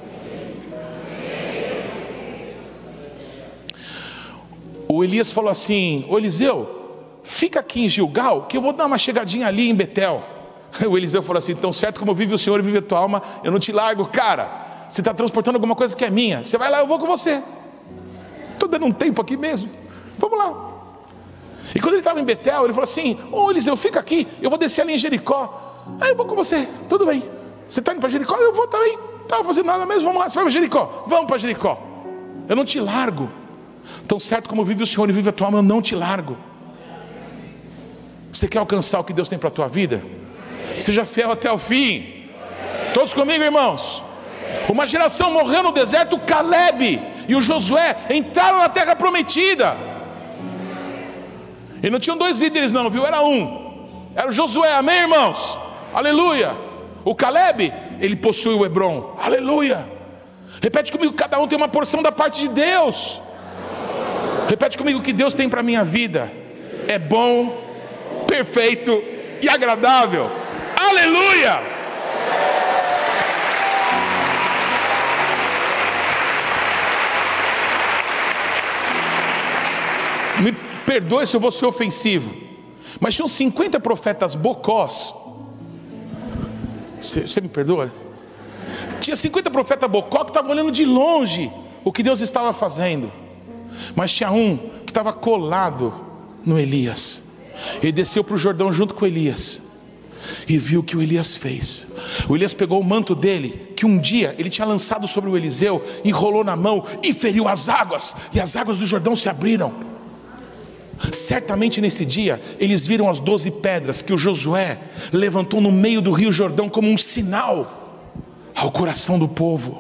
O Elias falou assim: ô Eliseu, fica aqui em Gilgal, que eu vou dar uma chegadinha ali em Betel. O Eliseu falou assim: tão certo como vive o Senhor e vive a tua alma, eu não te largo. Cara, você está transportando alguma coisa que é minha, você vai lá, eu vou com você. Estou dando um tempo aqui mesmo, vamos lá. E quando ele estava em Betel, ele falou assim: ô Eliseu, fica aqui, eu vou descer ali em Jericó. Aí eu vou com você, tudo bem. Você está indo para Jericó? Eu vou também. Não estava fazendo nada mesmo, vamos lá. Você vai para Jericó? Vamos para Jericó. Eu não te largo. Tão certo como vive o Senhor e vive a tua alma, eu não te largo. Você quer alcançar o que Deus tem para a tua vida? Seja fiel até o fim. Todos comigo, irmãos? Uma geração morreu no deserto. Caleb e o Josué entraram na terra prometida. E não tinham dois líderes não, viu? Era um. Era o Josué, amém, irmãos? Aleluia. O Caleb, ele possui o Hebron. Aleluia. Repete comigo: cada um tem uma porção da parte de Deus. Repete comigo: o que Deus tem para a minha vida é bom, perfeito e agradável. Aleluia! Me perdoe se eu vou ser ofensivo, mas tinham 50 profetas bocós. Você me perdoa? Tinha 50 profetas bocó que estavam olhando de longe o que Deus estava fazendo. Mas tinha um que estava colado no Elias. Ele desceu para o Jordão junto com Elias e viu o que o Elias fez. O Elias pegou o manto dele, que um dia ele tinha lançado sobre o Eliseu, enrolou na mão e feriu as águas, e as águas do Jordão se abriram. Certamente nesse dia eles viram as 12 pedras que o Josué levantou no meio do rio Jordão como um sinal ao coração do povo.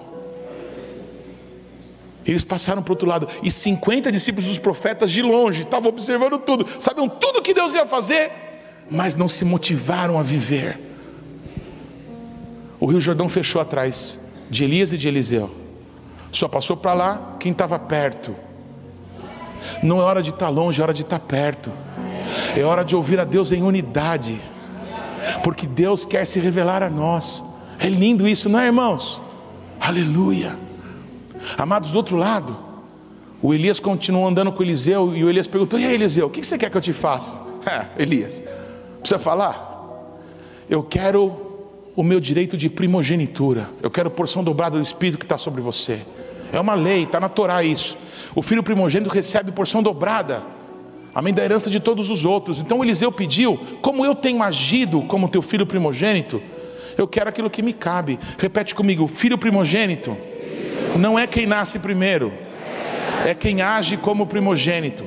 Eles passaram para o outro lado, e 50 discípulos dos profetas de longe estavam observando tudo, sabiam tudo que Deus ia fazer, mas não se motivaram a viver. O rio Jordão fechou atrás de Elias e de Eliseu. Só passou para lá quem estava perto. Não é hora de estar longe, é hora de estar perto. É hora de ouvir a Deus em unidade, porque Deus quer se revelar a nós. É lindo isso, não é, irmãos? Aleluia. Amados, do outro lado, o Elias continuou andando com Eliseu, e o Elias perguntou: e aí, Eliseu, o que você quer que eu te faça? Elias, precisa falar? Eu quero o meu direito de primogenitura, eu quero porção dobrada do Espírito que está sobre você. É uma lei, está na Torá isso. O filho primogênito recebe porção dobrada, amém, da herança de todos os outros. Então Eliseu pediu: como eu tenho agido como teu filho primogênito, eu quero aquilo que me cabe. Repete comigo: filho primogênito não é quem nasce primeiro, é quem age como primogênito.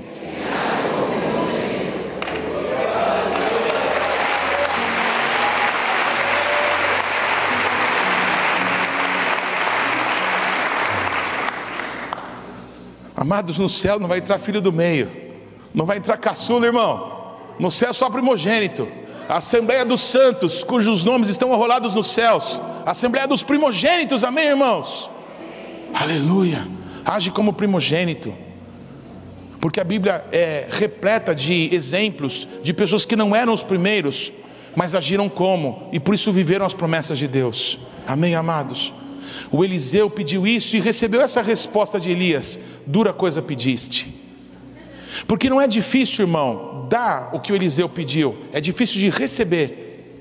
Amados, no céu não vai entrar filho do meio, não vai entrar caçula, irmão. No céu é só primogênito. A Assembleia dos Santos, cujos nomes estão arrolados nos céus, a Assembleia dos primogênitos, amém, irmãos? Aleluia. Age como primogênito, porque a Bíblia é repleta de exemplos de pessoas que não eram os primeiros, mas agiram como, e por isso viveram as promessas de Deus. Amém, amados? O Eliseu pediu isso e recebeu essa resposta de Elias: dura coisa pediste. Porque não é difícil, irmão, dar o que o Eliseu pediu, é difícil de receber.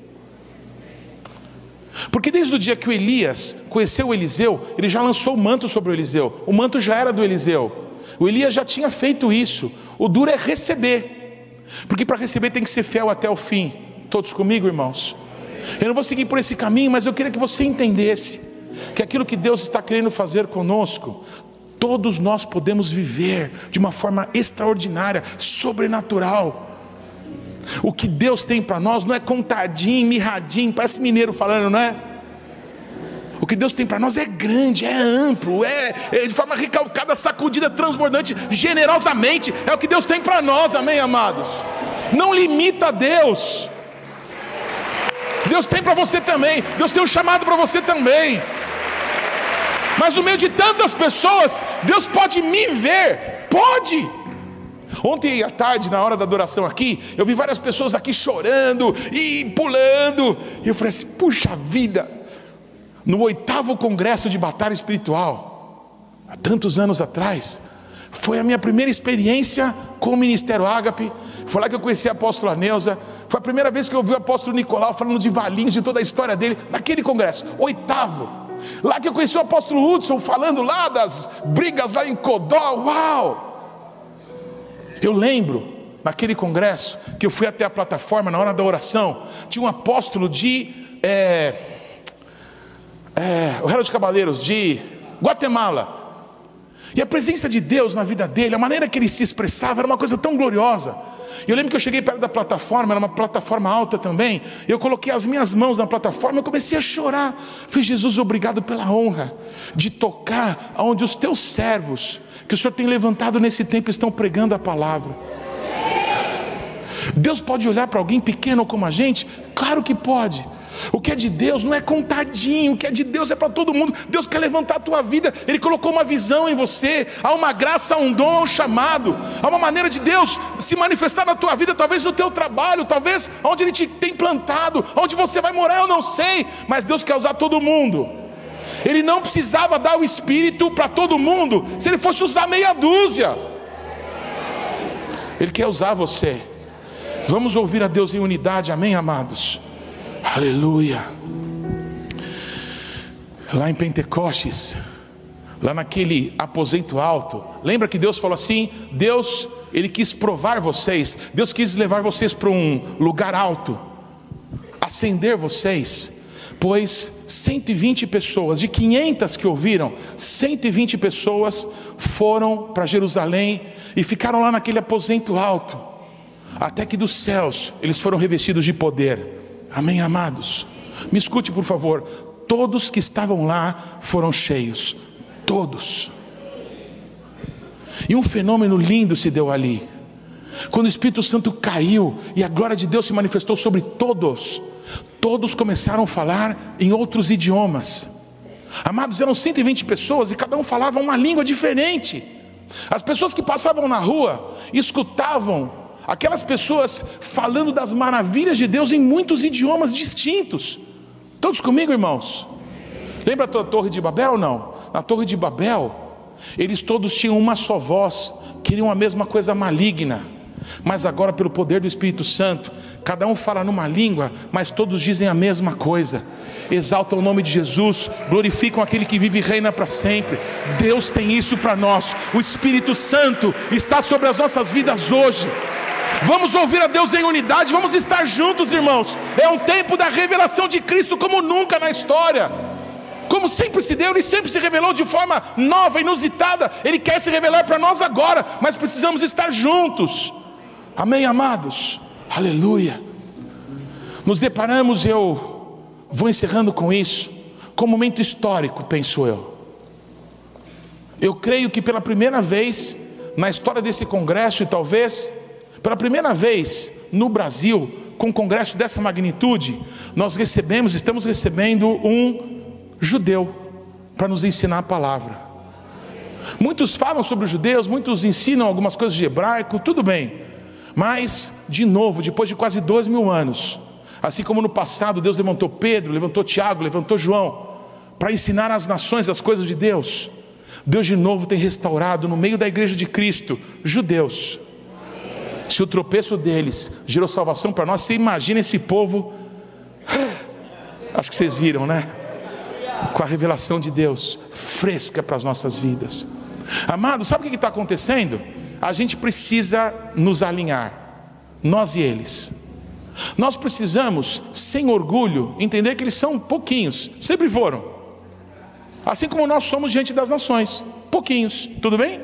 Porque desde o dia que o Elias conheceu o Eliseu, ele já lançou o manto sobre o Eliseu. O manto já era do Eliseu. O Elias já tinha feito isso. O duro é receber, porque para receber tem que ser fiel até o fim. Todos comigo, irmãos? Eu não vou seguir por esse caminho, mas eu queria que você entendesse que aquilo que Deus está querendo fazer conosco, todos nós podemos viver de uma forma extraordinária, sobrenatural. O que Deus tem para nós não é contadinho, mirradinho, parece mineiro falando, não é? O que Deus tem para nós é grande, é amplo, é de forma recalcada, sacudida, transbordante, generosamente. É o que Deus tem para nós, amém, amados? Não limita a Deus. Deus tem para você também. Deus tem um chamado para você também. Mas no meio de tantas pessoas, Deus pode me ver. Pode. Ontem à tarde, na hora da adoração aqui, eu vi várias pessoas aqui chorando e pulando. E eu falei assim, puxa vida. No 8º Congresso de Batalha Espiritual, há tantos anos atrás, foi a minha primeira experiência com o Ministério Ágape. Foi lá que eu conheci a apóstola Neuza. Foi a primeira vez que eu vi o apóstolo Nicolau falando de Valinhos, de toda a história dele, naquele congresso, 8º. Lá que eu conheci o apóstolo Hudson, falando lá das brigas lá em Codó. Uau! Eu lembro, naquele congresso, que eu fui até a plataforma na hora da oração. Tinha um apóstolo de o Harold Cabaleiros, de Guatemala. E a presença de Deus na vida dele, a maneira que ele se expressava, era uma coisa tão gloriosa. E eu lembro que eu cheguei perto da plataforma, era uma plataforma alta também. Eu coloquei as minhas mãos na plataforma e comecei a chorar. Falei, Jesus, obrigado pela honra de tocar onde os teus servos, que o Senhor tem levantado nesse tempo, estão pregando a palavra. Deus pode olhar para alguém pequeno como a gente? Claro que pode. O que é de Deus não é contadinho, o que é de Deus é para todo mundo. Deus quer levantar a tua vida, Ele colocou uma visão em você, há uma graça, há um dom, há um chamado, há uma maneira de Deus se manifestar na tua vida, talvez no teu trabalho, talvez onde Ele te tem plantado, onde você vai morar, eu não sei, mas Deus quer usar todo mundo. Ele não precisava dar o Espírito para todo mundo, se Ele fosse usar meia dúzia. Ele quer usar você. Vamos ouvir a Deus em unidade, amém, amados? Aleluia. Lá em Pentecostes, lá naquele aposento alto, lembra que Deus falou assim? Deus, Ele quis provar vocês, Deus quis levar vocês para um lugar alto, acender vocês, pois 120 pessoas, de 500 que ouviram, 120 pessoas foram para Jerusalém e ficaram lá naquele aposento alto, até que dos céus eles foram revestidos de poder. Amém, amados? Me escute, por favor. Todos que estavam lá foram cheios. Todos. E um fenômeno lindo se deu ali. Quando o Espírito Santo caiu e a glória de Deus se manifestou sobre todos, todos começaram a falar em outros idiomas. Amados, eram 120 pessoas e cada um falava uma língua diferente. As pessoas que passavam na rua escutavam aquelas pessoas falando das maravilhas de Deus em muitos idiomas distintos. Todos comigo, irmãos? Lembra a Torre de Babel ou não? Na Torre de Babel, eles todos tinham uma só voz, queriam a mesma coisa maligna. Mas agora, pelo poder do Espírito Santo, cada um fala numa língua, mas todos dizem a mesma coisa. Exaltam o nome de Jesus, glorificam aquele que vive e reina para sempre. Deus tem isso para nós. O Espírito Santo está sobre as nossas vidas hoje. Vamos ouvir a Deus em unidade, vamos estar juntos, irmãos. É um tempo da revelação de Cristo como nunca na história. Como sempre se deu, Ele sempre se revelou de forma nova, inusitada. Ele quer se revelar para nós agora, mas precisamos estar juntos. Amém, amados? Aleluia. Nos deparamos, eu vou encerrando com isso, com um momento histórico, penso eu. Eu creio que pela primeira vez na história desse congresso, e talvez pela primeira vez no Brasil, com um congresso dessa magnitude, nós estamos recebendo um judeu para nos ensinar a palavra. Muitos falam sobre os judeus, muitos ensinam algumas coisas de hebraico, tudo bem. Mas, de novo, depois de quase 2000 anos, assim como no passado Deus levantou Pedro, levantou Tiago, levantou João, para ensinar às nações as coisas de Deus, Deus de novo tem restaurado no meio da igreja de Cristo, judeus. Se o tropeço deles gerou salvação para nós, você imagina esse povo, acho que vocês viram, né? Com a revelação de Deus fresca para as nossas vidas. Amado, sabe o que está acontecendo? A gente precisa nos alinhar, nós e eles. Nós precisamos, sem orgulho, entender que eles são pouquinhos, sempre foram. Assim como nós somos diante das nações, pouquinhos, tudo bem?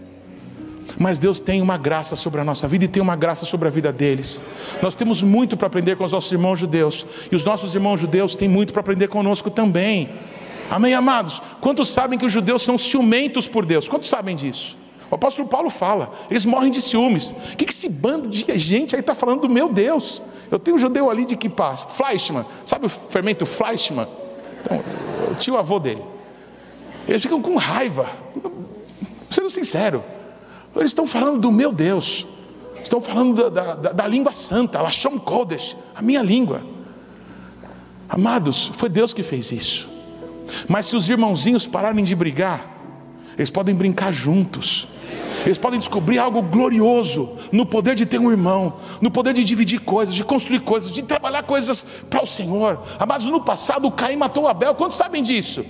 Mas Deus tem uma graça sobre a nossa vida e tem uma graça sobre a vida deles. Nós temos muito para aprender com os nossos irmãos judeus, e os nossos irmãos judeus têm muito para aprender conosco também. Amém, amados? Quantos sabem que os judeus são ciumentos por Deus? Quantos sabem disso? O apóstolo Paulo fala, eles morrem de ciúmes. O que esse bando de gente aí está falando do meu Deus? Eu tenho um judeu ali de Kippah, Fleischmann, sabe o fermento Fleischmann? Então, o tio avô dele. Eles ficam com raiva, sendo sincero. Eles estão falando do meu Deus, estão falando da língua santa, Lashon Kodesh, a minha língua. Amados, foi Deus que fez isso. Mas se os irmãozinhos pararem de brigar, eles podem brincar juntos. Eles podem descobrir algo glorioso no poder de ter um irmão, no poder de dividir coisas, de construir coisas, de trabalhar coisas para o Senhor. Amados, no passado o Caim matou o Abel, quantos sabem disso?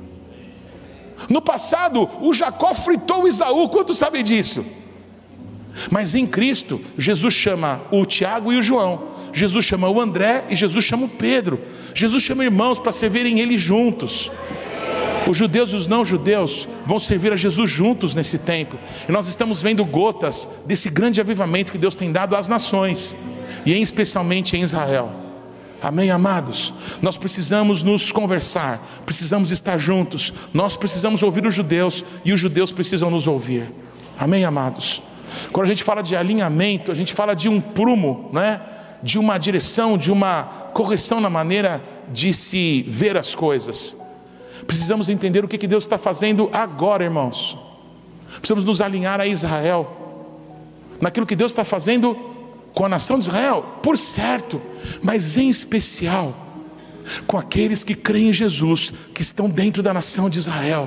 No passado o Jacó fritou o Esaú, quantos sabem disso? Mas em Cristo, Jesus chama o Tiago e o João, Jesus chama o André e Jesus chama o Pedro. Jesus chama irmãos para servirem Ele juntos. Os judeus e os não judeus vão servir a Jesus juntos nesse tempo. E nós estamos vendo gotas desse grande avivamento que Deus tem dado às nações, e especialmente em Israel. Amém, amados? Nós precisamos nos conversar, precisamos estar juntos. Nós precisamos ouvir os judeus e os judeus precisam nos ouvir. Amém, amados? Quando a gente fala de alinhamento, a gente fala de um prumo, né? De uma direção, de uma correção na maneira de se ver as coisas. Precisamos entender o que Deus está fazendo agora, irmãos. Precisamos nos alinhar a Israel, naquilo que Deus está fazendo com a nação de Israel, por certo, mas em especial com aqueles que creem em Jesus, que estão dentro da nação de Israel.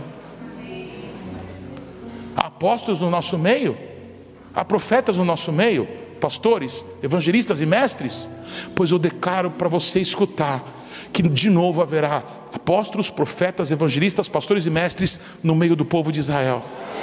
Há apóstolos no nosso meio, há profetas no nosso meio, pastores, evangelistas e mestres. Pois eu declaro para você escutar que de novo haverá apóstolos, profetas, evangelistas, pastores e mestres no meio do povo de Israel.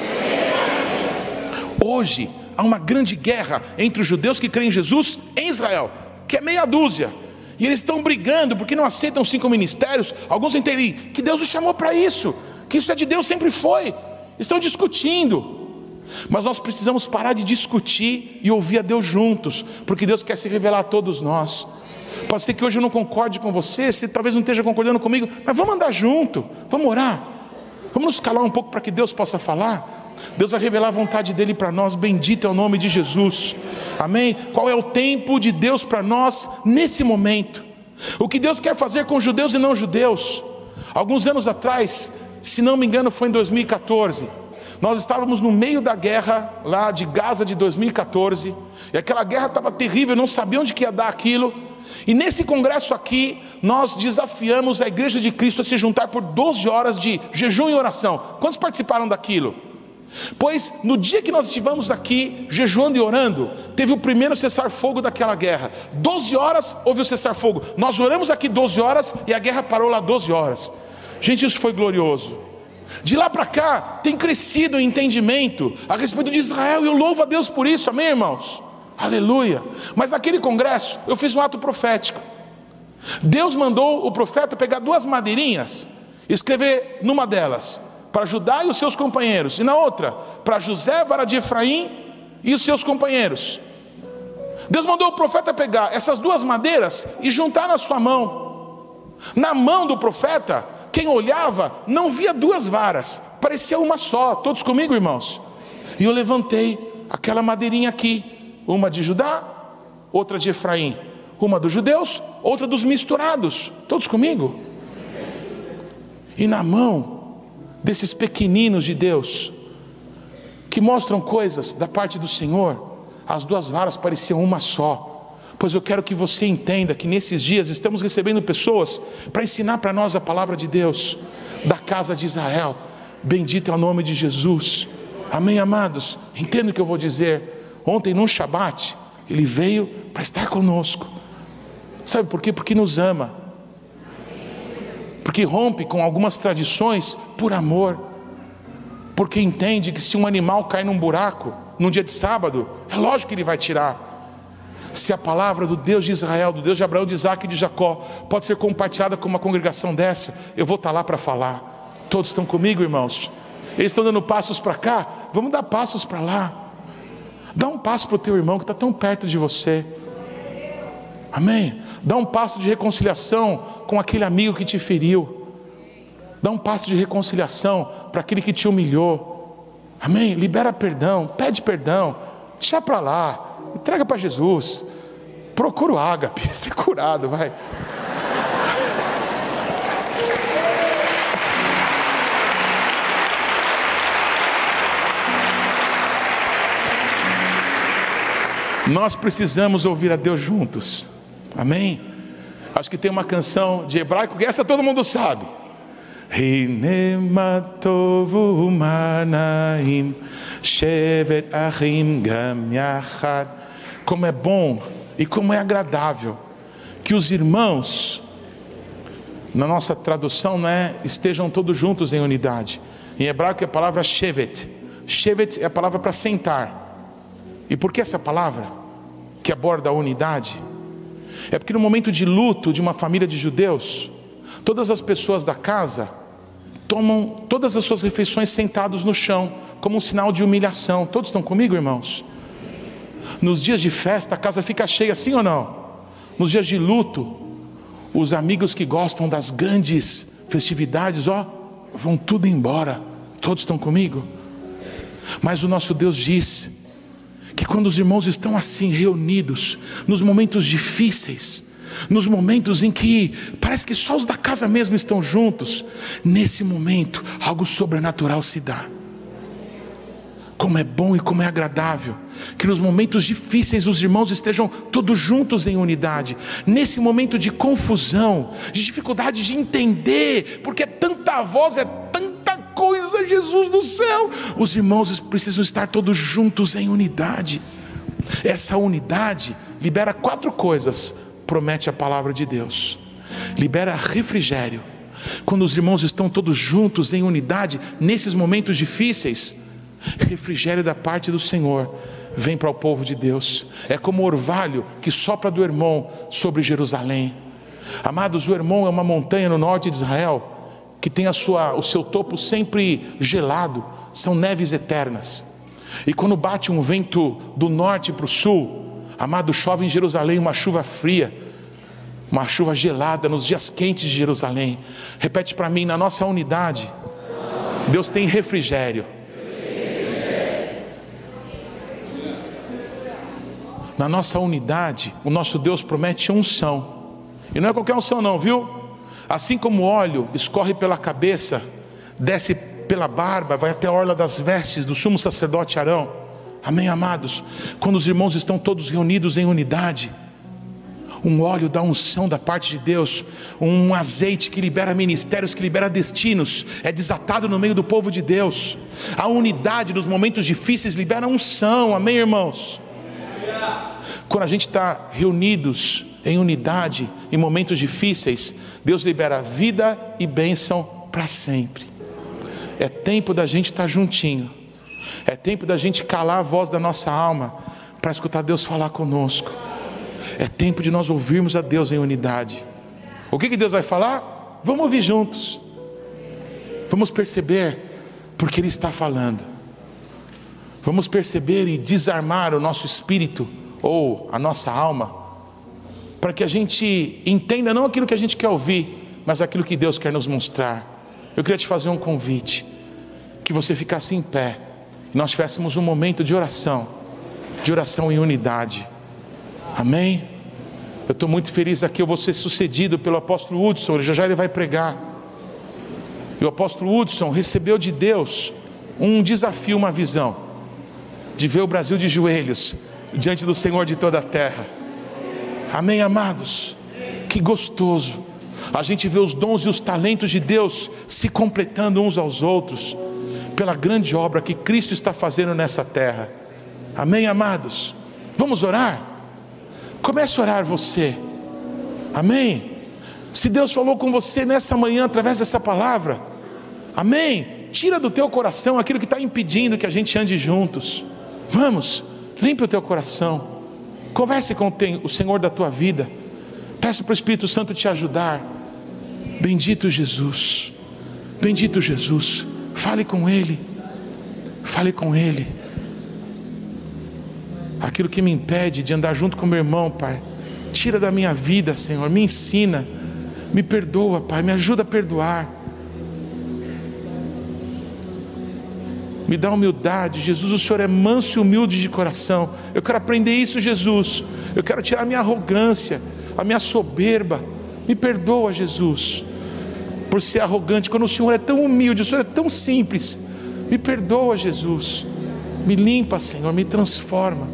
Hoje há uma grande guerra entre os judeus que creem em Jesus em Israel, que é meia dúzia, e eles estão brigando porque não aceitam 5 ministérios. Alguns entendem que Deus os chamou para isso, que isso é de Deus, sempre foi. Estão discutindo, mas nós precisamos parar de discutir e ouvir a Deus juntos, porque Deus quer se revelar a todos nós. Pode ser que hoje eu não concorde com você, você talvez não esteja concordando comigo, mas vamos andar junto, vamos orar, vamos nos calar um pouco para que Deus possa falar. Deus vai revelar a vontade dEle para nós, bendito é o nome de Jesus, amém? Qual é o tempo de Deus para nós nesse momento? O que Deus quer fazer com judeus e não judeus? Alguns anos atrás, se não me engano foi em 2014, nós estávamos no meio da guerra lá de Gaza de 2014, e aquela guerra estava terrível, não sabia onde que ia dar aquilo. E nesse congresso aqui, nós desafiamos a Igreja de Cristo a se juntar por 12 horas de jejum e oração. Quantos participaram daquilo? Pois no dia que nós estivemos aqui, jejuando e orando, teve o primeiro cessar-fogo daquela guerra. 12 horas houve o cessar-fogo. Nós oramos aqui 12 horas e a guerra parou lá 12 horas. Gente, isso foi glorioso. De lá para cá, tem crescido o entendimento a respeito de Israel, e eu louvo a Deus por isso, amém, irmãos? Aleluia. Mas naquele congresso eu fiz um ato profético. Deus mandou o profeta pegar 2 madeirinhas, escrever numa delas para Judá e os seus companheiros, e na outra para José, vara de Efraim e os seus companheiros. Deus mandou o profeta pegar essas 2 madeiras e juntar na sua mão. Na mão do profeta, quem olhava não via 2 varas, parecia uma só. Todos comigo, irmãos? E eu levantei aquela madeirinha aqui, uma de Judá, outra de Efraim, uma dos judeus, outra dos misturados. Todos comigo? E na mão desses pequeninos de Deus, que mostram coisas da parte do Senhor, as 2 varas pareciam uma só. Pois eu quero que você entenda que nesses dias estamos recebendo pessoas para ensinar para nós a palavra de Deus, da casa de Israel. Bendito é o nome de Jesus, amém, amados? Entenda o que eu vou dizer. Ontem num Shabat, Ele veio para estar conosco. Sabe por quê? Porque nos ama, porque rompe com algumas tradições por amor, porque entende que se um animal cai num buraco num dia de sábado, é lógico que Ele vai tirar. Se a palavra do Deus de Israel, do Deus de Abraão, de Isaac e de Jacó pode ser compartilhada com uma congregação dessa, eu vou estar lá para falar. Todos estão comigo, irmãos? Eles estão dando passos para cá, vamos dar passos para lá. Dá um passo para o teu irmão que está tão perto de você. Amém? Dá um passo de reconciliação com aquele amigo que te feriu. Dá um passo de reconciliação para aquele que te humilhou. Amém? Libera perdão, pede perdão, deixa para lá. Entrega para Jesus. Procura o ágape, ser curado, vai. Nós precisamos ouvir a Deus juntos. Amém? Acho que tem uma canção de hebraico que essa todo mundo sabe. Como é bom e como é agradável que os irmãos, na nossa tradução, estejam todos juntos em unidade. Em hebraico é a palavra shevet. Shevet é a palavra para sentar. E por que essa palavra que aborda a unidade? É porque no momento de luto de uma família de judeus, todas as pessoas da casa tomam todas as suas refeições sentados no chão, como um sinal de humilhação. Todos estão comigo, irmãos? Nos dias de festa a casa fica cheia, sim ou não? Nos dias de luto, os amigos que gostam das grandes festividades, vão tudo embora. Todos estão comigo? Mas o nosso Deus diz que quando os irmãos estão assim reunidos, nos momentos difíceis, nos momentos em que parece que só os da casa mesmo estão juntos, nesse momento algo sobrenatural se dá. Como é bom e como é agradável que nos momentos difíceis os irmãos estejam todos juntos em unidade. Nesse momento de confusão, de dificuldade de entender, porque é tanta voz, é tanta coisa, Jesus do céu, os irmãos precisam estar todos juntos em unidade. Essa unidade libera 4 coisas, promete a palavra de Deus. Libera refrigério. Quando os irmãos estão todos juntos em unidade, nesses momentos difíceis, refrigério da parte do Senhor vem para o povo de Deus. É como o orvalho que sopra do Hermon sobre Jerusalém. Amados, o Hermon é uma montanha no norte de Israel que tem o seu topo sempre gelado, são neves eternas. E quando bate um vento do norte para o sul, amado, chove em Jerusalém uma chuva fria, uma chuva gelada nos dias quentes de Jerusalém. Repete para mim: na nossa unidade, Deus tem refrigério. Na nossa unidade, o nosso Deus promete unção. E não é qualquer unção não, viu? Assim como o óleo escorre pela cabeça, desce pela barba, vai até a orla das vestes do sumo sacerdote Arão. Amém, amados? Quando os irmãos estão todos reunidos em unidade, um óleo da unção da parte de Deus, um azeite que libera ministérios, que libera destinos, é desatado no meio do povo de Deus. A unidade nos momentos difíceis libera unção. Amém, irmãos? Quando a gente está reunidos em unidade em momentos difíceis, Deus libera vida e bênção para sempre. É tempo da gente estar juntinho. É tempo da gente calar a voz da nossa alma para escutar Deus falar conosco. É tempo de nós ouvirmos a Deus em unidade. O que Deus vai falar? Vamos ouvir juntos. Vamos perceber porque Ele está falando. Vamos perceber e desarmar o nosso espírito ou a nossa alma, para que a gente entenda não aquilo que a gente quer ouvir, mas aquilo que Deus quer nos mostrar. Eu queria te fazer um convite, que você ficasse em pé, e nós tivéssemos um momento de oração em unidade. Amém? Eu estou muito feliz aqui, eu vou ser sucedido pelo apóstolo Hudson, já ele vai pregar. E o apóstolo Hudson recebeu de Deus um desafio, uma visão, de ver o Brasil de joelhos, diante do Senhor de toda a terra. Amém, amados? Que gostoso a gente vê os dons e os talentos de Deus se completando uns aos outros, pela grande obra que Cristo está fazendo nessa terra. Amém, amados? Vamos orar? Comece a orar você. Amém? Se Deus falou com você nessa manhã através dessa palavra, amém? Tira do teu coração aquilo que está impedindo que a gente ande juntos. Vamos, limpe o teu coração. Converse com o Senhor da tua vida. Peça para o Espírito Santo te ajudar. Bendito Jesus. Bendito Jesus. Fale com Ele. Fale com Ele. Aquilo que me impede de andar junto com meu irmão, Pai, tira da minha vida, Senhor. Me ensina. Me perdoa, Pai. Me ajuda a perdoar. Me dá humildade. Jesus, o Senhor é manso e humilde de coração. Eu quero aprender isso, Jesus. Eu quero tirar a minha arrogância, a minha soberba. Me perdoa, Jesus, por ser arrogante, quando o Senhor é tão humilde, o Senhor é tão simples. Me perdoa, Jesus. Me limpa, Senhor, me transforma.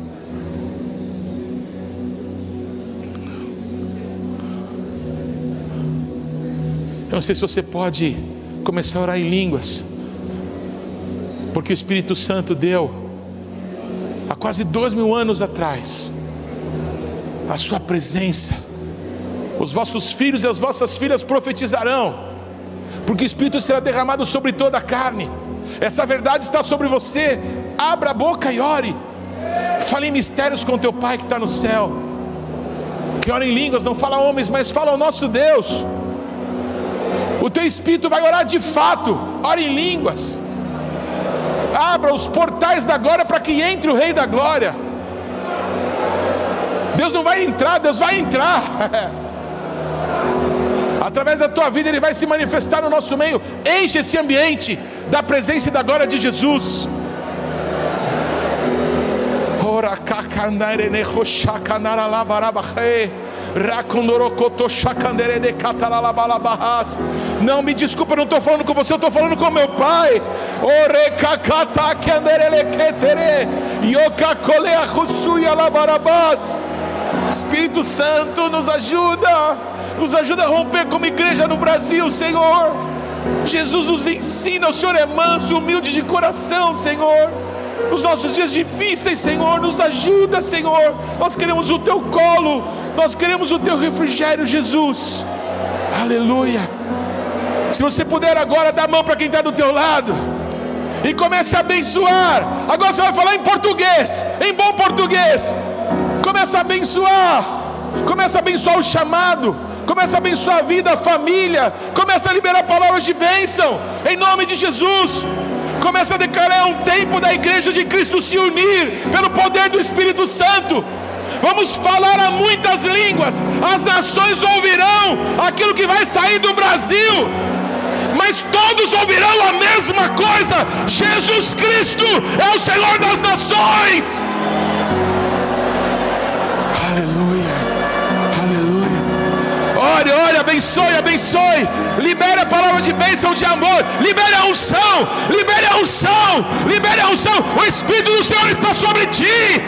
Eu não sei se você pode começar a orar em línguas, porque o Espírito Santo deu há quase 2000 anos atrás a sua presença. Os vossos filhos e as vossas filhas profetizarão, porque o Espírito será derramado sobre toda a carne. Essa verdade está sobre você. Abra a boca e ore. Fale em mistérios com teu Pai que está no céu. Que ora em línguas, não fala a homens, mas fala ao nosso Deus. O teu Espírito vai orar de fato. Ore em línguas. Abra os portais da glória para que entre o Rei da Glória. Deus não vai entrar, Deus vai entrar. Através da tua vida Ele vai se manifestar no nosso meio. Enche esse ambiente da presença e da glória de Jesus. Não me desculpa, eu não estou falando com você, eu estou falando com meu Pai. Espírito Santo, nos ajuda. Nos ajuda a romper como igreja no Brasil, Senhor. Jesus nos ensina, o Senhor é manso, humilde de coração, Senhor. Nos nossos dias difíceis, Senhor, nos ajuda, Senhor. Nós queremos o Teu colo, nós queremos o Teu refrigério, Jesus. Aleluia. Se você puder agora, dá a mão para quem está do teu lado e comece a abençoar. Agora você vai falar em português, em bom português. Começa a abençoar. Começa a abençoar o chamado. Começa a abençoar a vida, a família. Começa a liberar palavras de bênção em nome de Jesus. Começa a declarar um tempo da igreja de Cristo se unir pelo poder do Espírito Santo. Vamos falar a muitas línguas. As nações ouvirão aquilo que vai sair do Brasil, mas todos ouvirão a mesma coisa: Jesus Cristo é o Senhor das nações. Aleluia, aleluia. Ore, ore, abençoe, abençoe. Libere a palavra de bênção, de amor. Libere a unção, libere a unção, libere a unção. O Espírito do Senhor está sobre ti.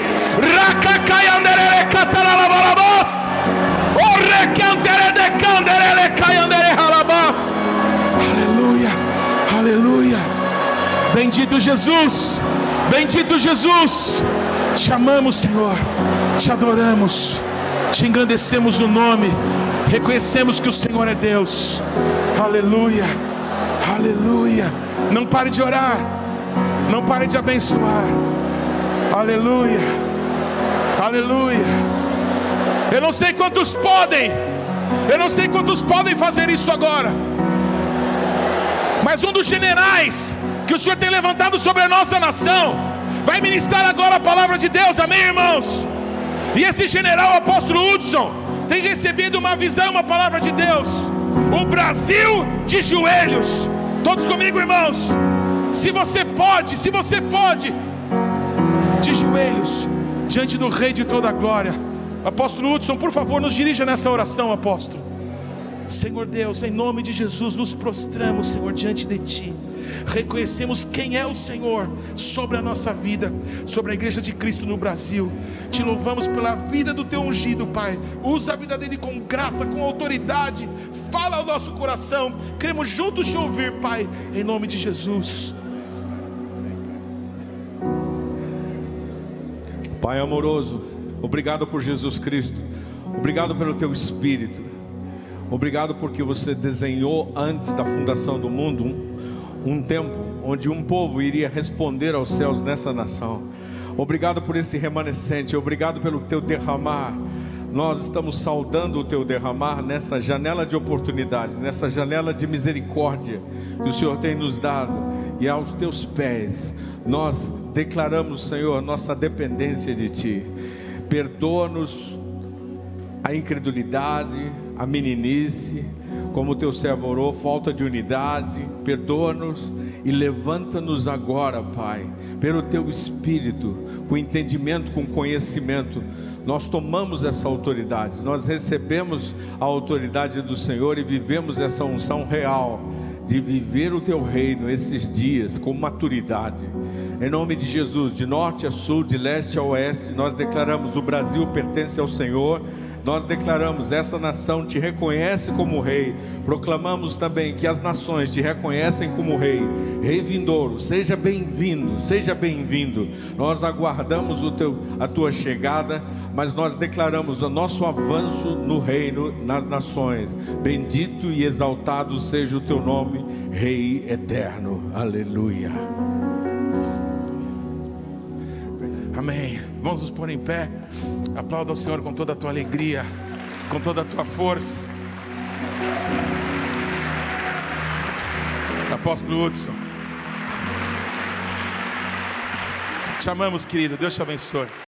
Aleluia, aleluia. Bendito Jesus, bendito Jesus. Te amamos, Senhor, te adoramos, te engrandecemos no nome. Reconhecemos que o Senhor é Deus. Aleluia, aleluia. Não pare de orar, não pare de abençoar. Aleluia, aleluia. Eu não sei quantos podem, eu não sei quantos podem fazer isso agora, mas um dos generais que o Senhor tem levantado sobre a nossa nação vai ministrar agora a palavra de Deus, amém, irmãos? E esse general, o apóstolo Hudson, tem recebido uma visão, uma palavra de Deus. O Brasil de joelhos. Todos comigo, irmãos. Se você pode, de joelhos diante do Rei de toda a glória. Apóstolo Hudson, por favor, nos dirija nessa oração, apóstolo. Senhor Deus, em nome de Jesus, nos prostramos, Senhor, diante de Ti. Reconhecemos quem é o Senhor sobre a nossa vida, sobre a igreja de Cristo no Brasil. Te louvamos pela vida do Teu ungido, Pai. Usa a vida dele com graça, com autoridade. Fala ao nosso coração. Queremos juntos Te ouvir, Pai, em nome de Jesus. Pai amoroso, obrigado por Jesus Cristo. Obrigado pelo Teu Espírito. Obrigado porque Você desenhou antes da fundação do mundo um tempo onde um povo iria responder aos céus nessa nação. Obrigado por esse remanescente, obrigado pelo teu derramar. Nós estamos saudando o teu derramar nessa janela de oportunidade, nessa janela de misericórdia que o Senhor tem nos dado. E aos teus pés nós declaramos, Senhor, nossa dependência de Ti. Perdoa-nos a incredulidade, a meninice, como o teu servo orou, falta de unidade. Perdoa-nos e levanta-nos agora, Pai, pelo teu Espírito, com entendimento, com conhecimento. Nós tomamos essa autoridade, nós recebemos a autoridade do Senhor e vivemos essa unção real de viver o teu reino esses dias com maturidade. Em nome de Jesus, de norte a sul, de leste a oeste, nós declaramos: o Brasil pertence ao Senhor. Nós declaramos: essa nação te reconhece como rei. Proclamamos também que as nações te reconhecem como rei. Rei vindouro, seja bem-vindo, seja bem-vindo. Nós aguardamos a tua chegada, mas nós declaramos o nosso avanço no reino, nas nações. Bendito e exaltado seja o teu nome, Rei eterno. Aleluia. Amém. Vamos nos pôr em pé. Aplauda ao Senhor com toda a tua alegria, com toda a tua força. Apóstolo Hudson, te amamos, querido. Deus te abençoe.